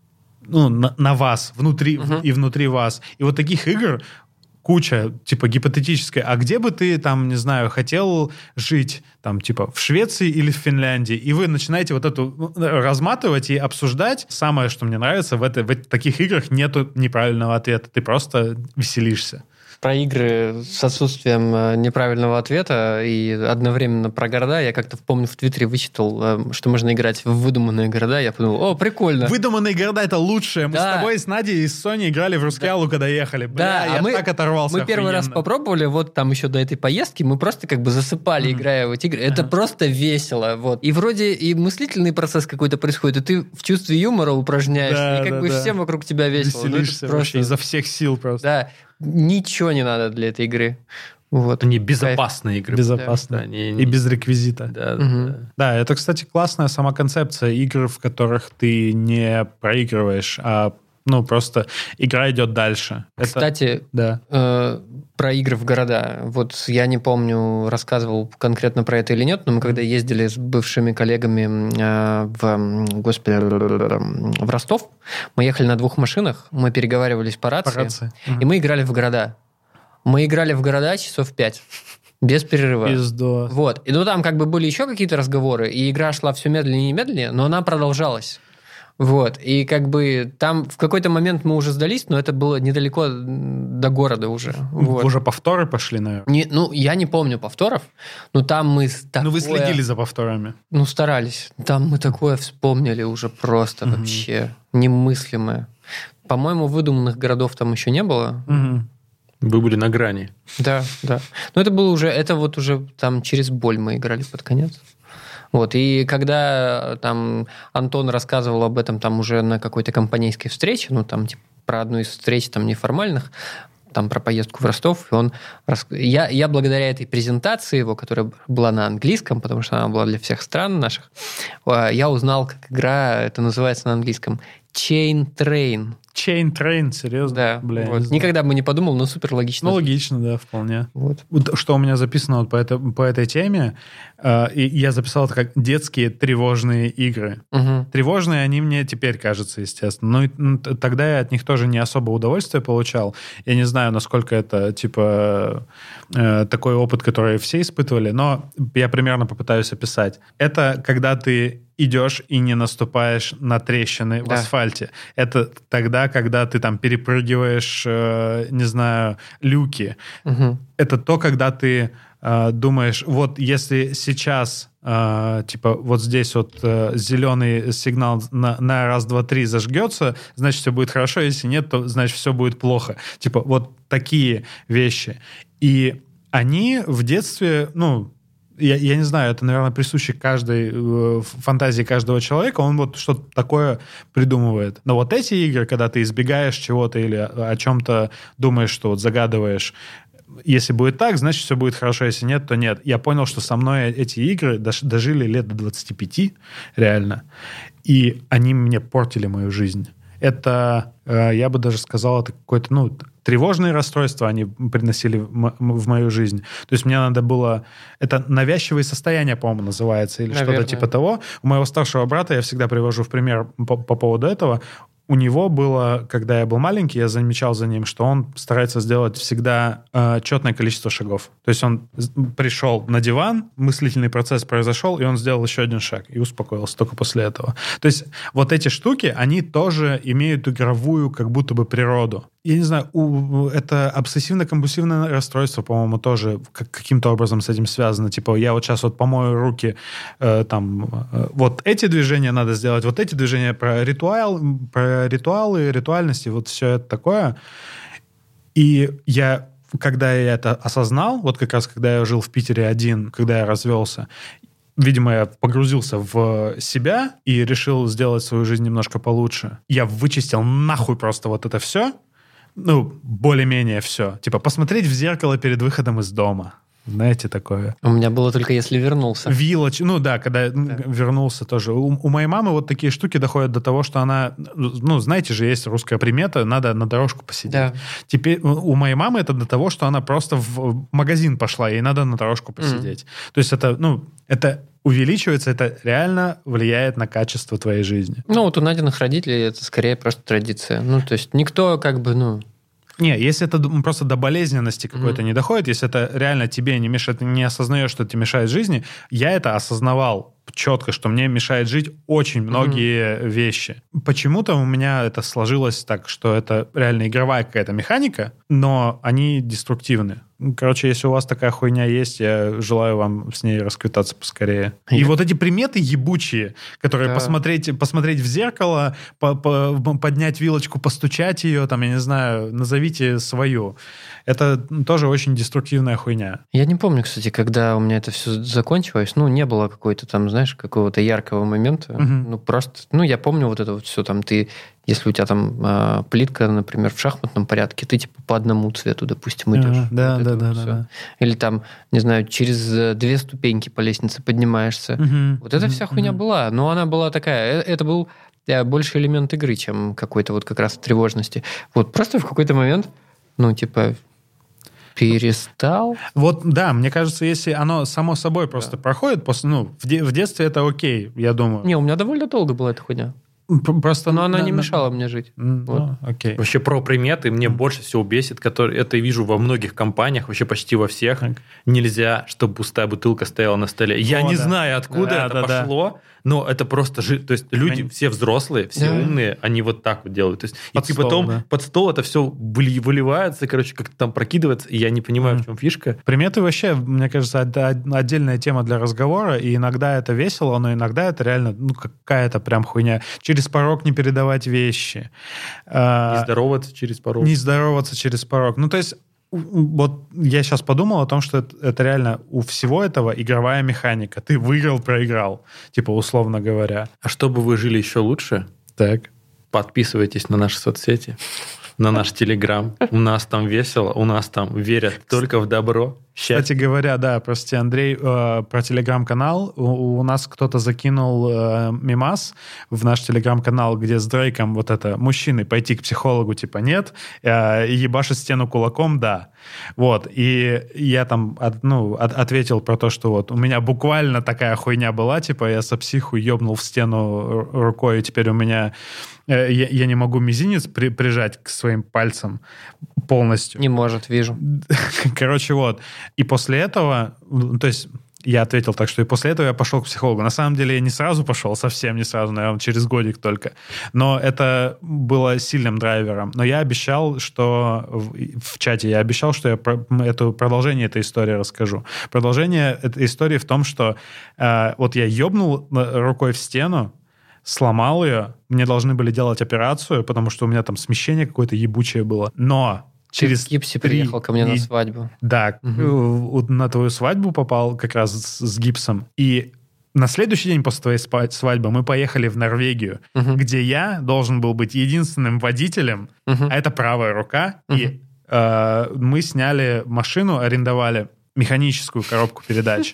ну, на, на вас, внутри uh-huh. и внутри вас. И вот таких игр куча, типа, гипотетическая. А где бы ты, там, не знаю, хотел жить, там, типа, в Швеции или в Финляндии? И вы начинаете вот эту разматывать и обсуждать. Самое, что мне нравится, в, это, в таких играх нету неправильного ответа. Ты просто веселишься. Про игры с отсутствием неправильного ответа и одновременно про города. Я как-то, помню, в Твиттере вычитал, что можно играть в выдуманные города. Я подумал, о, прикольно. Выдуманные города — это лучшее. Мы да. с тобой, с Надей и с Соней играли в Рускеалу, да. когда ехали. Бля, да, я а мы, так оторвался. Мы первый охуенно. раз попробовали, вот там еще до этой поездки, мы просто как бы засыпали, mm-hmm. играя в эти игры. Это uh-huh. просто весело. Вот. И вроде и мыслительный процесс какой-то происходит, и ты в чувстве юмора упражняешься, да, и как да, бы да. всем вокруг тебя весело. Веселишься ну, вообще изо всех сил просто. Да. Ничего не надо для этой игры. Вот. Они безопасные Кайф. игры. Безопасные. Да, не, не... И без реквизита. Да, угу. да, да. да, это, кстати, классная сама концепция игр, в которых ты не проигрываешь, а ну, просто игра идет дальше. Кстати, это... да. э, про игры в города. Вот я не помню, рассказывал конкретно про это или нет, но мы когда ездили с бывшими коллегами э, в, господи, в Ростов, мы ехали на двух машинах, мы переговаривались по рации, по рации. и угу. мы играли в города. Мы играли в города часов пять. Без перерыва. Пиздос. Вот. И ну там как бы были еще какие-то разговоры, и игра шла все медленнее и медленнее, но она продолжалась. Вот, и как бы там в какой-то момент мы уже сдались, но это было недалеко до города уже. Вот. Уже повторы пошли, наверное? Не, ну, я не помню повторов, но там мы... Такое... Ну, вы следили за повторами? Ну, старались. Там мы такое вспомнили уже просто угу. вообще немыслимое. По-моему, выдуманных городов там еще не было. Угу. Вы были на грани. Да, да. Но это было уже... Это вот уже там через боль мы играли под конец. Вот, и когда там Антон рассказывал об этом там уже на какой-то компанейской встрече, ну, там, типа, про одну из встреч там неформальных, там, про поездку в Ростов, и он... Я, я благодаря этой презентации его, которая была на английском, потому что она была для всех стран наших, я узнал, как игра, это называется на английском, Chain Train. Chain Train, серьезно? Да. Бля, вот. Никогда бы не подумал, но супер логично. Ну, логично, да, вполне. Вот. Что у меня записано вот по, это, по этой теме, э, и я записал это как детские тревожные игры. Угу. Тревожные они мне теперь кажутся, естественно. Но ну, тогда я от них тоже не особо удовольствия получал. Я не знаю, насколько это, типа, э, такой опыт, который все испытывали, но я примерно попытаюсь описать. Это когда ты идешь и не наступаешь на трещины да. в асфальте. Это тогда, когда ты там перепрыгиваешь, э, не знаю, люки. Угу. Это то, когда ты э, думаешь, вот если сейчас, э, типа, вот здесь вот э, зеленый сигнал на, на раз, два, три зажгется, значит, все будет хорошо. Если нет, то, значит, все будет плохо. Типа, вот такие вещи. И они в детстве, ну, Я, я не знаю, это, наверное, присуще каждой э, фантазии каждого человека, он вот что-то такое придумывает. Но вот эти игры, когда ты избегаешь чего-то или о, о чем-то думаешь, что вот загадываешь, если будет так, значит, все будет хорошо, если нет, то нет. Я понял, что со мной эти игры дожили лет до двадцати пяти, реально, и они мне портили мою жизнь. Это, э, я бы даже сказал, это какое-то, ну, тревожные расстройства они приносили в, в мою жизнь. То есть мне надо было... Это навязчивые состояния, по-моему, называется, или Наверное. что-то типа того. У моего старшего брата, я всегда привожу в пример по, по поводу этого, у него было, когда я был маленький, я замечал за ним, что он старается сделать всегда э, четное количество шагов. То есть он пришел на диван, мыслительный процесс произошел, и он сделал еще один шаг и успокоился только после этого. То есть вот эти штуки, они тоже имеют игровую как будто бы природу. Я не знаю, у, это обсессивно-компульсивное расстройство, по-моему, тоже как, каким-то образом с этим связано. Типа, я вот сейчас вот помою руки, э, там, э, вот эти движения надо сделать, вот эти движения про ритуал, про ритуалы, ритуальности, вот все это такое. И я, когда я это осознал, вот как раз когда я жил в Питере один, когда я развелся, видимо, я погрузился в себя и решил сделать свою жизнь немножко получше. Я вычистил нахуй просто вот это все, ну, более-менее все. Типа, посмотреть в зеркало перед выходом из дома. Знаете, такое. У меня было только если вернулся. Вилоч, ну да, когда да. вернулся тоже. У, у моей мамы вот такие штуки доходят до того, что она, ну, знаете же, есть русская примета, надо на дорожку посидеть. Да. Теперь у моей мамы это до того, что она просто в магазин пошла, ей надо на дорожку посидеть. Mm. То есть это, ну, это увеличивается, это реально влияет на качество твоей жизни. Ну, вот у Надиных родителей это скорее просто традиция. Ну, то есть никто как бы, ну... Не, если это просто до болезненности какой-то mm-hmm. не доходит, если это реально тебе не мешает, не осознаешь, что тебе мешает жизни, я это осознавал четко, что мне мешает жить очень многие mm-hmm. вещи. Почему-то у меня это сложилось так, что это реально игровая какая-то механика, но они деструктивны. Короче, если у вас такая хуйня есть, я желаю вам с ней расквитаться поскорее. Yeah. И вот эти приметы ебучие, которые yeah. посмотреть, посмотреть в зеркало, по, по, поднять вилочку, постучать ее, там, я не знаю, назовите свою. Это тоже очень деструктивная хуйня. Я не помню, кстати, когда у меня это все закончилось. Ну, не было какой-то там, знаешь, какого-то яркого момента. Uh-huh. Ну, просто, ну, я помню вот это вот все там, ты... Если у тебя там э, плитка, например, в шахматном порядке, ты типа по одному цвету, допустим, идешь. А, да, вот да, да, вот да. Или там, не знаю, через две ступеньки по лестнице поднимаешься. Угу, вот эта угу, вся хуйня угу. была. Но она была такая... Это был больше элемент игры, чем какой-то вот как раз тревожности. Вот просто в какой-то момент, ну, типа... Перестал? Вот, да, мне кажется, если оно само собой просто да. проходит, после, ну, в, де- в детстве это окей, я думаю. Не, у меня довольно долго была эта хуйня. Просто, но она на, не на, мешала на... мне жить. Mm, вот. ну, окей. Вообще про приметы мне mm. больше всего бесит, которые это вижу во многих компаниях, вообще почти во всех. Так. Нельзя, чтобы пустая бутылка стояла на столе. О, Я не да. знаю, откуда да, это да, пошло, да. но это просто... Жи... То есть люди они... все взрослые, все да. умные, они вот так вот делают. То есть, под и стол, потом да. под стол это все выливается, короче, как-то там прокидывается, и я не понимаю, mm. в чем фишка. Приметы вообще, мне кажется, это отдельная тема для разговора, и иногда это весело, но иногда это реально ну, какая-то прям хуйня. Через порог не передавать вещи. Не здороваться через порог. Не здороваться через порог. Ну, то есть, вот я сейчас подумал о том, что это, это реально у всего этого игровая механика. Ты выиграл, проиграл, типа, условно говоря. А чтобы вы жили еще лучше, так. подписывайтесь на наши соцсети, на наш Телеграм. У нас там весело, у нас там верят только в добро. Счастье. Кстати говоря, да, прости, Андрей, э, про Телеграм-канал. У, у нас кто-то закинул э, мемас в наш Телеграм-канал, где с Дрейком вот это мужчины пойти к психологу типа нет, э, ебашить стену кулаком, да. Вот, и я там от, ну, от, ответил про то, что вот у меня буквально такая хуйня была, типа я со психу ебнул в стену рукой, и теперь у меня... Э, я, я не могу мизинец при, прижать к своим пальцам полностью. Не может, вижу. Короче, вот. И после этого, то есть я ответил так, что и после этого я пошел к психологу. На самом деле я не сразу пошел, совсем не сразу, наверное, через годик только. Но это было сильным драйвером. Но я обещал, что в, в чате я обещал, что я про, это, продолжение этой истории расскажу. Продолжение этой истории в том, что э, вот я ебнул рукой в стену, сломал ее, мне должны были делать операцию, потому что у меня там смещение какое-то ебучее было. Но через в гипсе приехал ко мне на свадьбу. Да, угу. на твою свадьбу попал как раз с, с гипсом. И на следующий день после твоей свадьбы мы поехали в Норвегию, угу. где я должен был быть единственным водителем, угу. а это правая рука. Угу. И э, мы сняли машину, арендовали механическую коробку передач.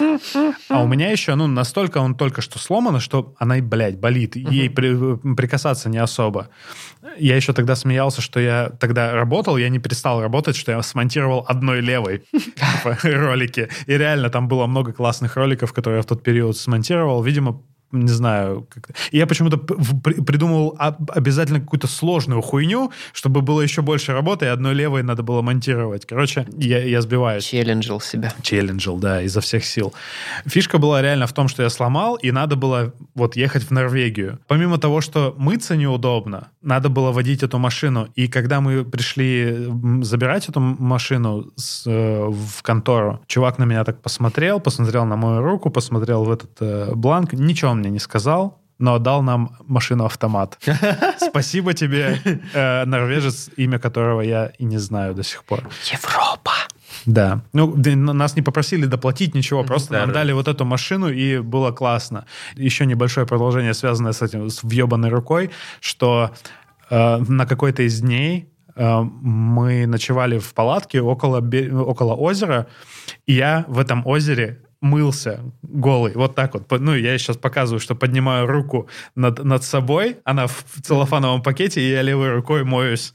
А у меня еще, ну, настолько он только что сломан, что она, блядь, болит. Ей при, прикасаться не особо. Я еще тогда смеялся, что я тогда работал, я не перестал работать, что я смонтировал одной левой ролики. И реально там было много классных роликов, которые я в тот период смонтировал. Видимо, не знаю... Как... Я почему-то придумал обязательно какую-то сложную хуйню, чтобы было еще больше работы, и одной левой надо было монтировать. Короче, я, я сбиваюсь. Челленджил себя. Челленджил, да, изо всех сил. Фишка была реально в том, что я сломал, и надо было вот ехать в Норвегию. Помимо того, что мыться неудобно, надо было водить эту машину. И когда мы пришли забирать эту машину с, э, в контору, чувак на меня так посмотрел, посмотрел на мою руку, посмотрел в этот э, бланк, ничего он мне не сказал, но отдал нам машину-автомат. Спасибо тебе, э, норвежец, имя которого я и не знаю до сих пор. Европа. Да. Ну, нас не попросили доплатить ничего, просто да, нам дали вот эту машину, и было классно. Еще небольшое продолжение, связанное с этим, с въебанной рукой, что э, на какой-то из дней э, мы ночевали в палатке около, около озера, и я в этом озере мылся голый, вот так вот. Ну, я сейчас показываю, что поднимаю руку над, над собой, она в целлофановом пакете, и я левой рукой моюсь.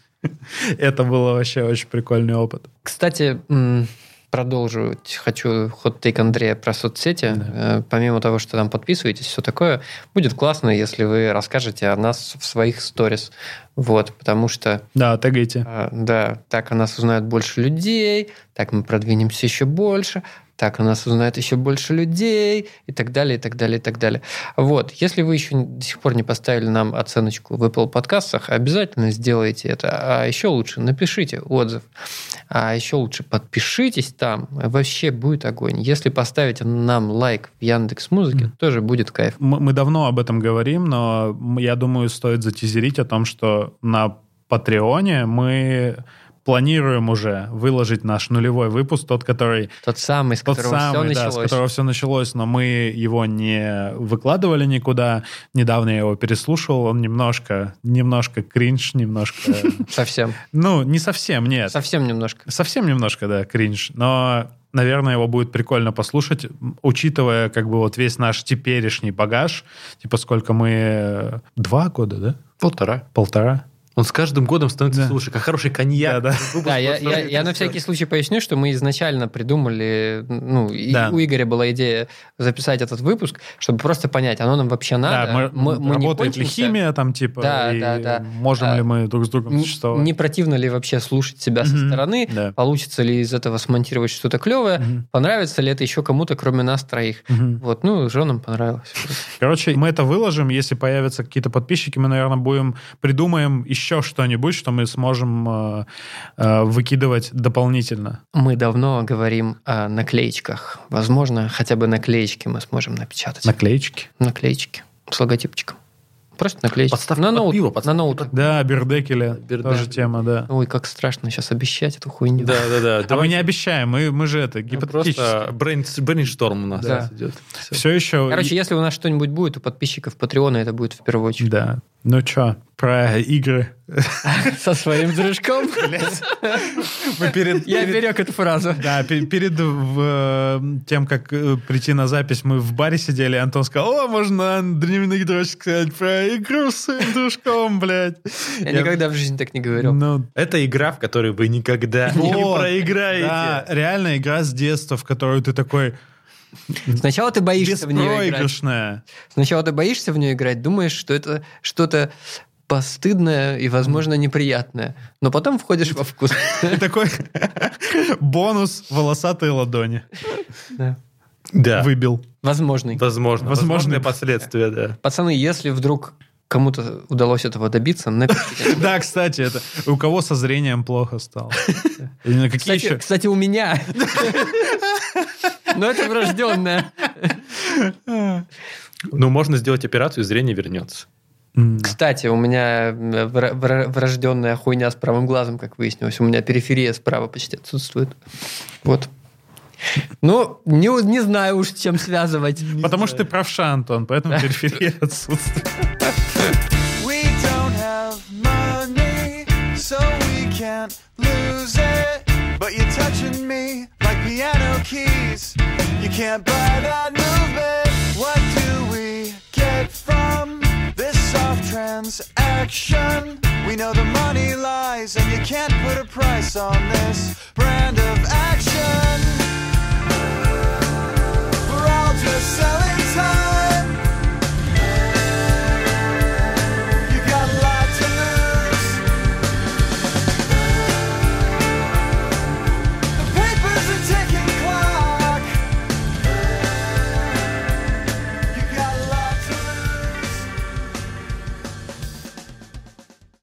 Это было вообще очень прикольный опыт. Кстати, продолжу. Хочу хот-тейк Андрея про соцсети. Да. Помимо того, что там подписываетесь, все такое, будет классно, если вы расскажете о нас в своих сторис. Вот, потому что... Да, тегайте. Да, так о нас узнают больше людей, так мы продвинемся еще больше, так о нас узнает еще больше людей, и так далее, и так далее, и так далее. Вот, если вы еще до сих пор не поставили нам оценочку в Apple подкастах, обязательно сделайте это. А еще лучше напишите отзыв. А еще лучше подпишитесь там. Вообще будет огонь. Если поставите нам лайк в Яндекс.Музыке, mm. тоже будет кайф. Мы, мы давно об этом говорим, но я думаю, стоит затизерить о том, что на Патреоне мы... планируем уже выложить наш нулевой выпуск, тот, который... Тот самый, с тот которого самый, все да, началось. с которого все началось, но мы его не выкладывали никуда. Недавно я его переслушал, он немножко, немножко кринж, немножко... Совсем. Ну, не совсем, нет. Совсем немножко. Совсем немножко, да, кринж. Но, наверное, его будет прикольно послушать, учитывая как бы вот весь наш теперешний багаж. Типа сколько мы... Два года, да? Полтора. Полтора. Он с каждым годом становится, да. слушай, как хороший коньяк. Да, да. да я, я, я на всякий случай поясню, что мы изначально придумали, ну, да. и у Игоря была идея записать этот выпуск, чтобы просто понять, оно нам вообще надо. Да, мы, мы, мы работает ли химия там, типа, да, и да, да. можем а, ли мы друг с другом не, существовать. Не противно ли вообще слушать себя со стороны, да. получится ли из этого смонтировать что-то клевое, mm-hmm. понравится ли это еще кому-то, кроме нас троих. Mm-hmm. Вот, ну, женам понравилось. Короче, мы это выложим, если появятся какие-то подписчики, мы, наверное, будем, придумаем еще что-нибудь, что мы сможем э, э, выкидывать дополнительно. Мы давно говорим о наклеечках. Возможно, хотя бы наклеечки мы сможем напечатать. Наклеечки? Наклеечки с логотипчиком. Просто наклеечки. Подставка на ноут. Пиво, на ноут. Да, Бердекеля. Бердек. Тоже тема, да. Ой, как страшно сейчас обещать эту хуйню. Да, да, да. А Давайте... мы не обещаем, мы, мы же это гипотетически. Просто брейншторм у нас да. идет. Все. Все еще... Короче, если у нас что-нибудь будет, у подписчиков Патреона это будет в первую очередь. Да. Ну что, про игры. Со своим дружком. Я берег эту фразу. Да, перед тем, как прийти на запись, мы в баре сидели, Антон сказал, о, можно дневных дрочек сказать про игру с своим дружком, блядь. Я никогда в жизни так не говорил. Это игра, в которой вы никогда не проиграете. Да, реально игра с детства, в которую ты такой... Сначала ты боишься в нее играть. Сначала ты боишься в нее играть, думаешь, что это что-то постыдное и, возможно, неприятное. Но потом входишь во вкус. Такой бонус волосатые ладони. Да. Да. Выбил. Возможный. Возможно. Возможные последствия, да. Пацаны, если вдруг кому-то удалось этого добиться, напишите. Да, кстати, это у кого со зрением плохо стало. Кстати, у меня. Но это врожденное. Ну, можно сделать операцию, и зрение вернется. Кстати, у меня врожденная хуйня с правым глазом, как выяснилось. У меня периферия справа почти отсутствует. Вот. Ну, не, не знаю уж, с чем связывать. Не Потому знаю. Что ты правша, Антон, поэтому периферия отсутствует. We don't have money, so we can't lose it. But you're touching me like piano keys. You can't buy that movement. What do we get from this soft transaction? We know the money lies, and you can't put a price on this brand of action.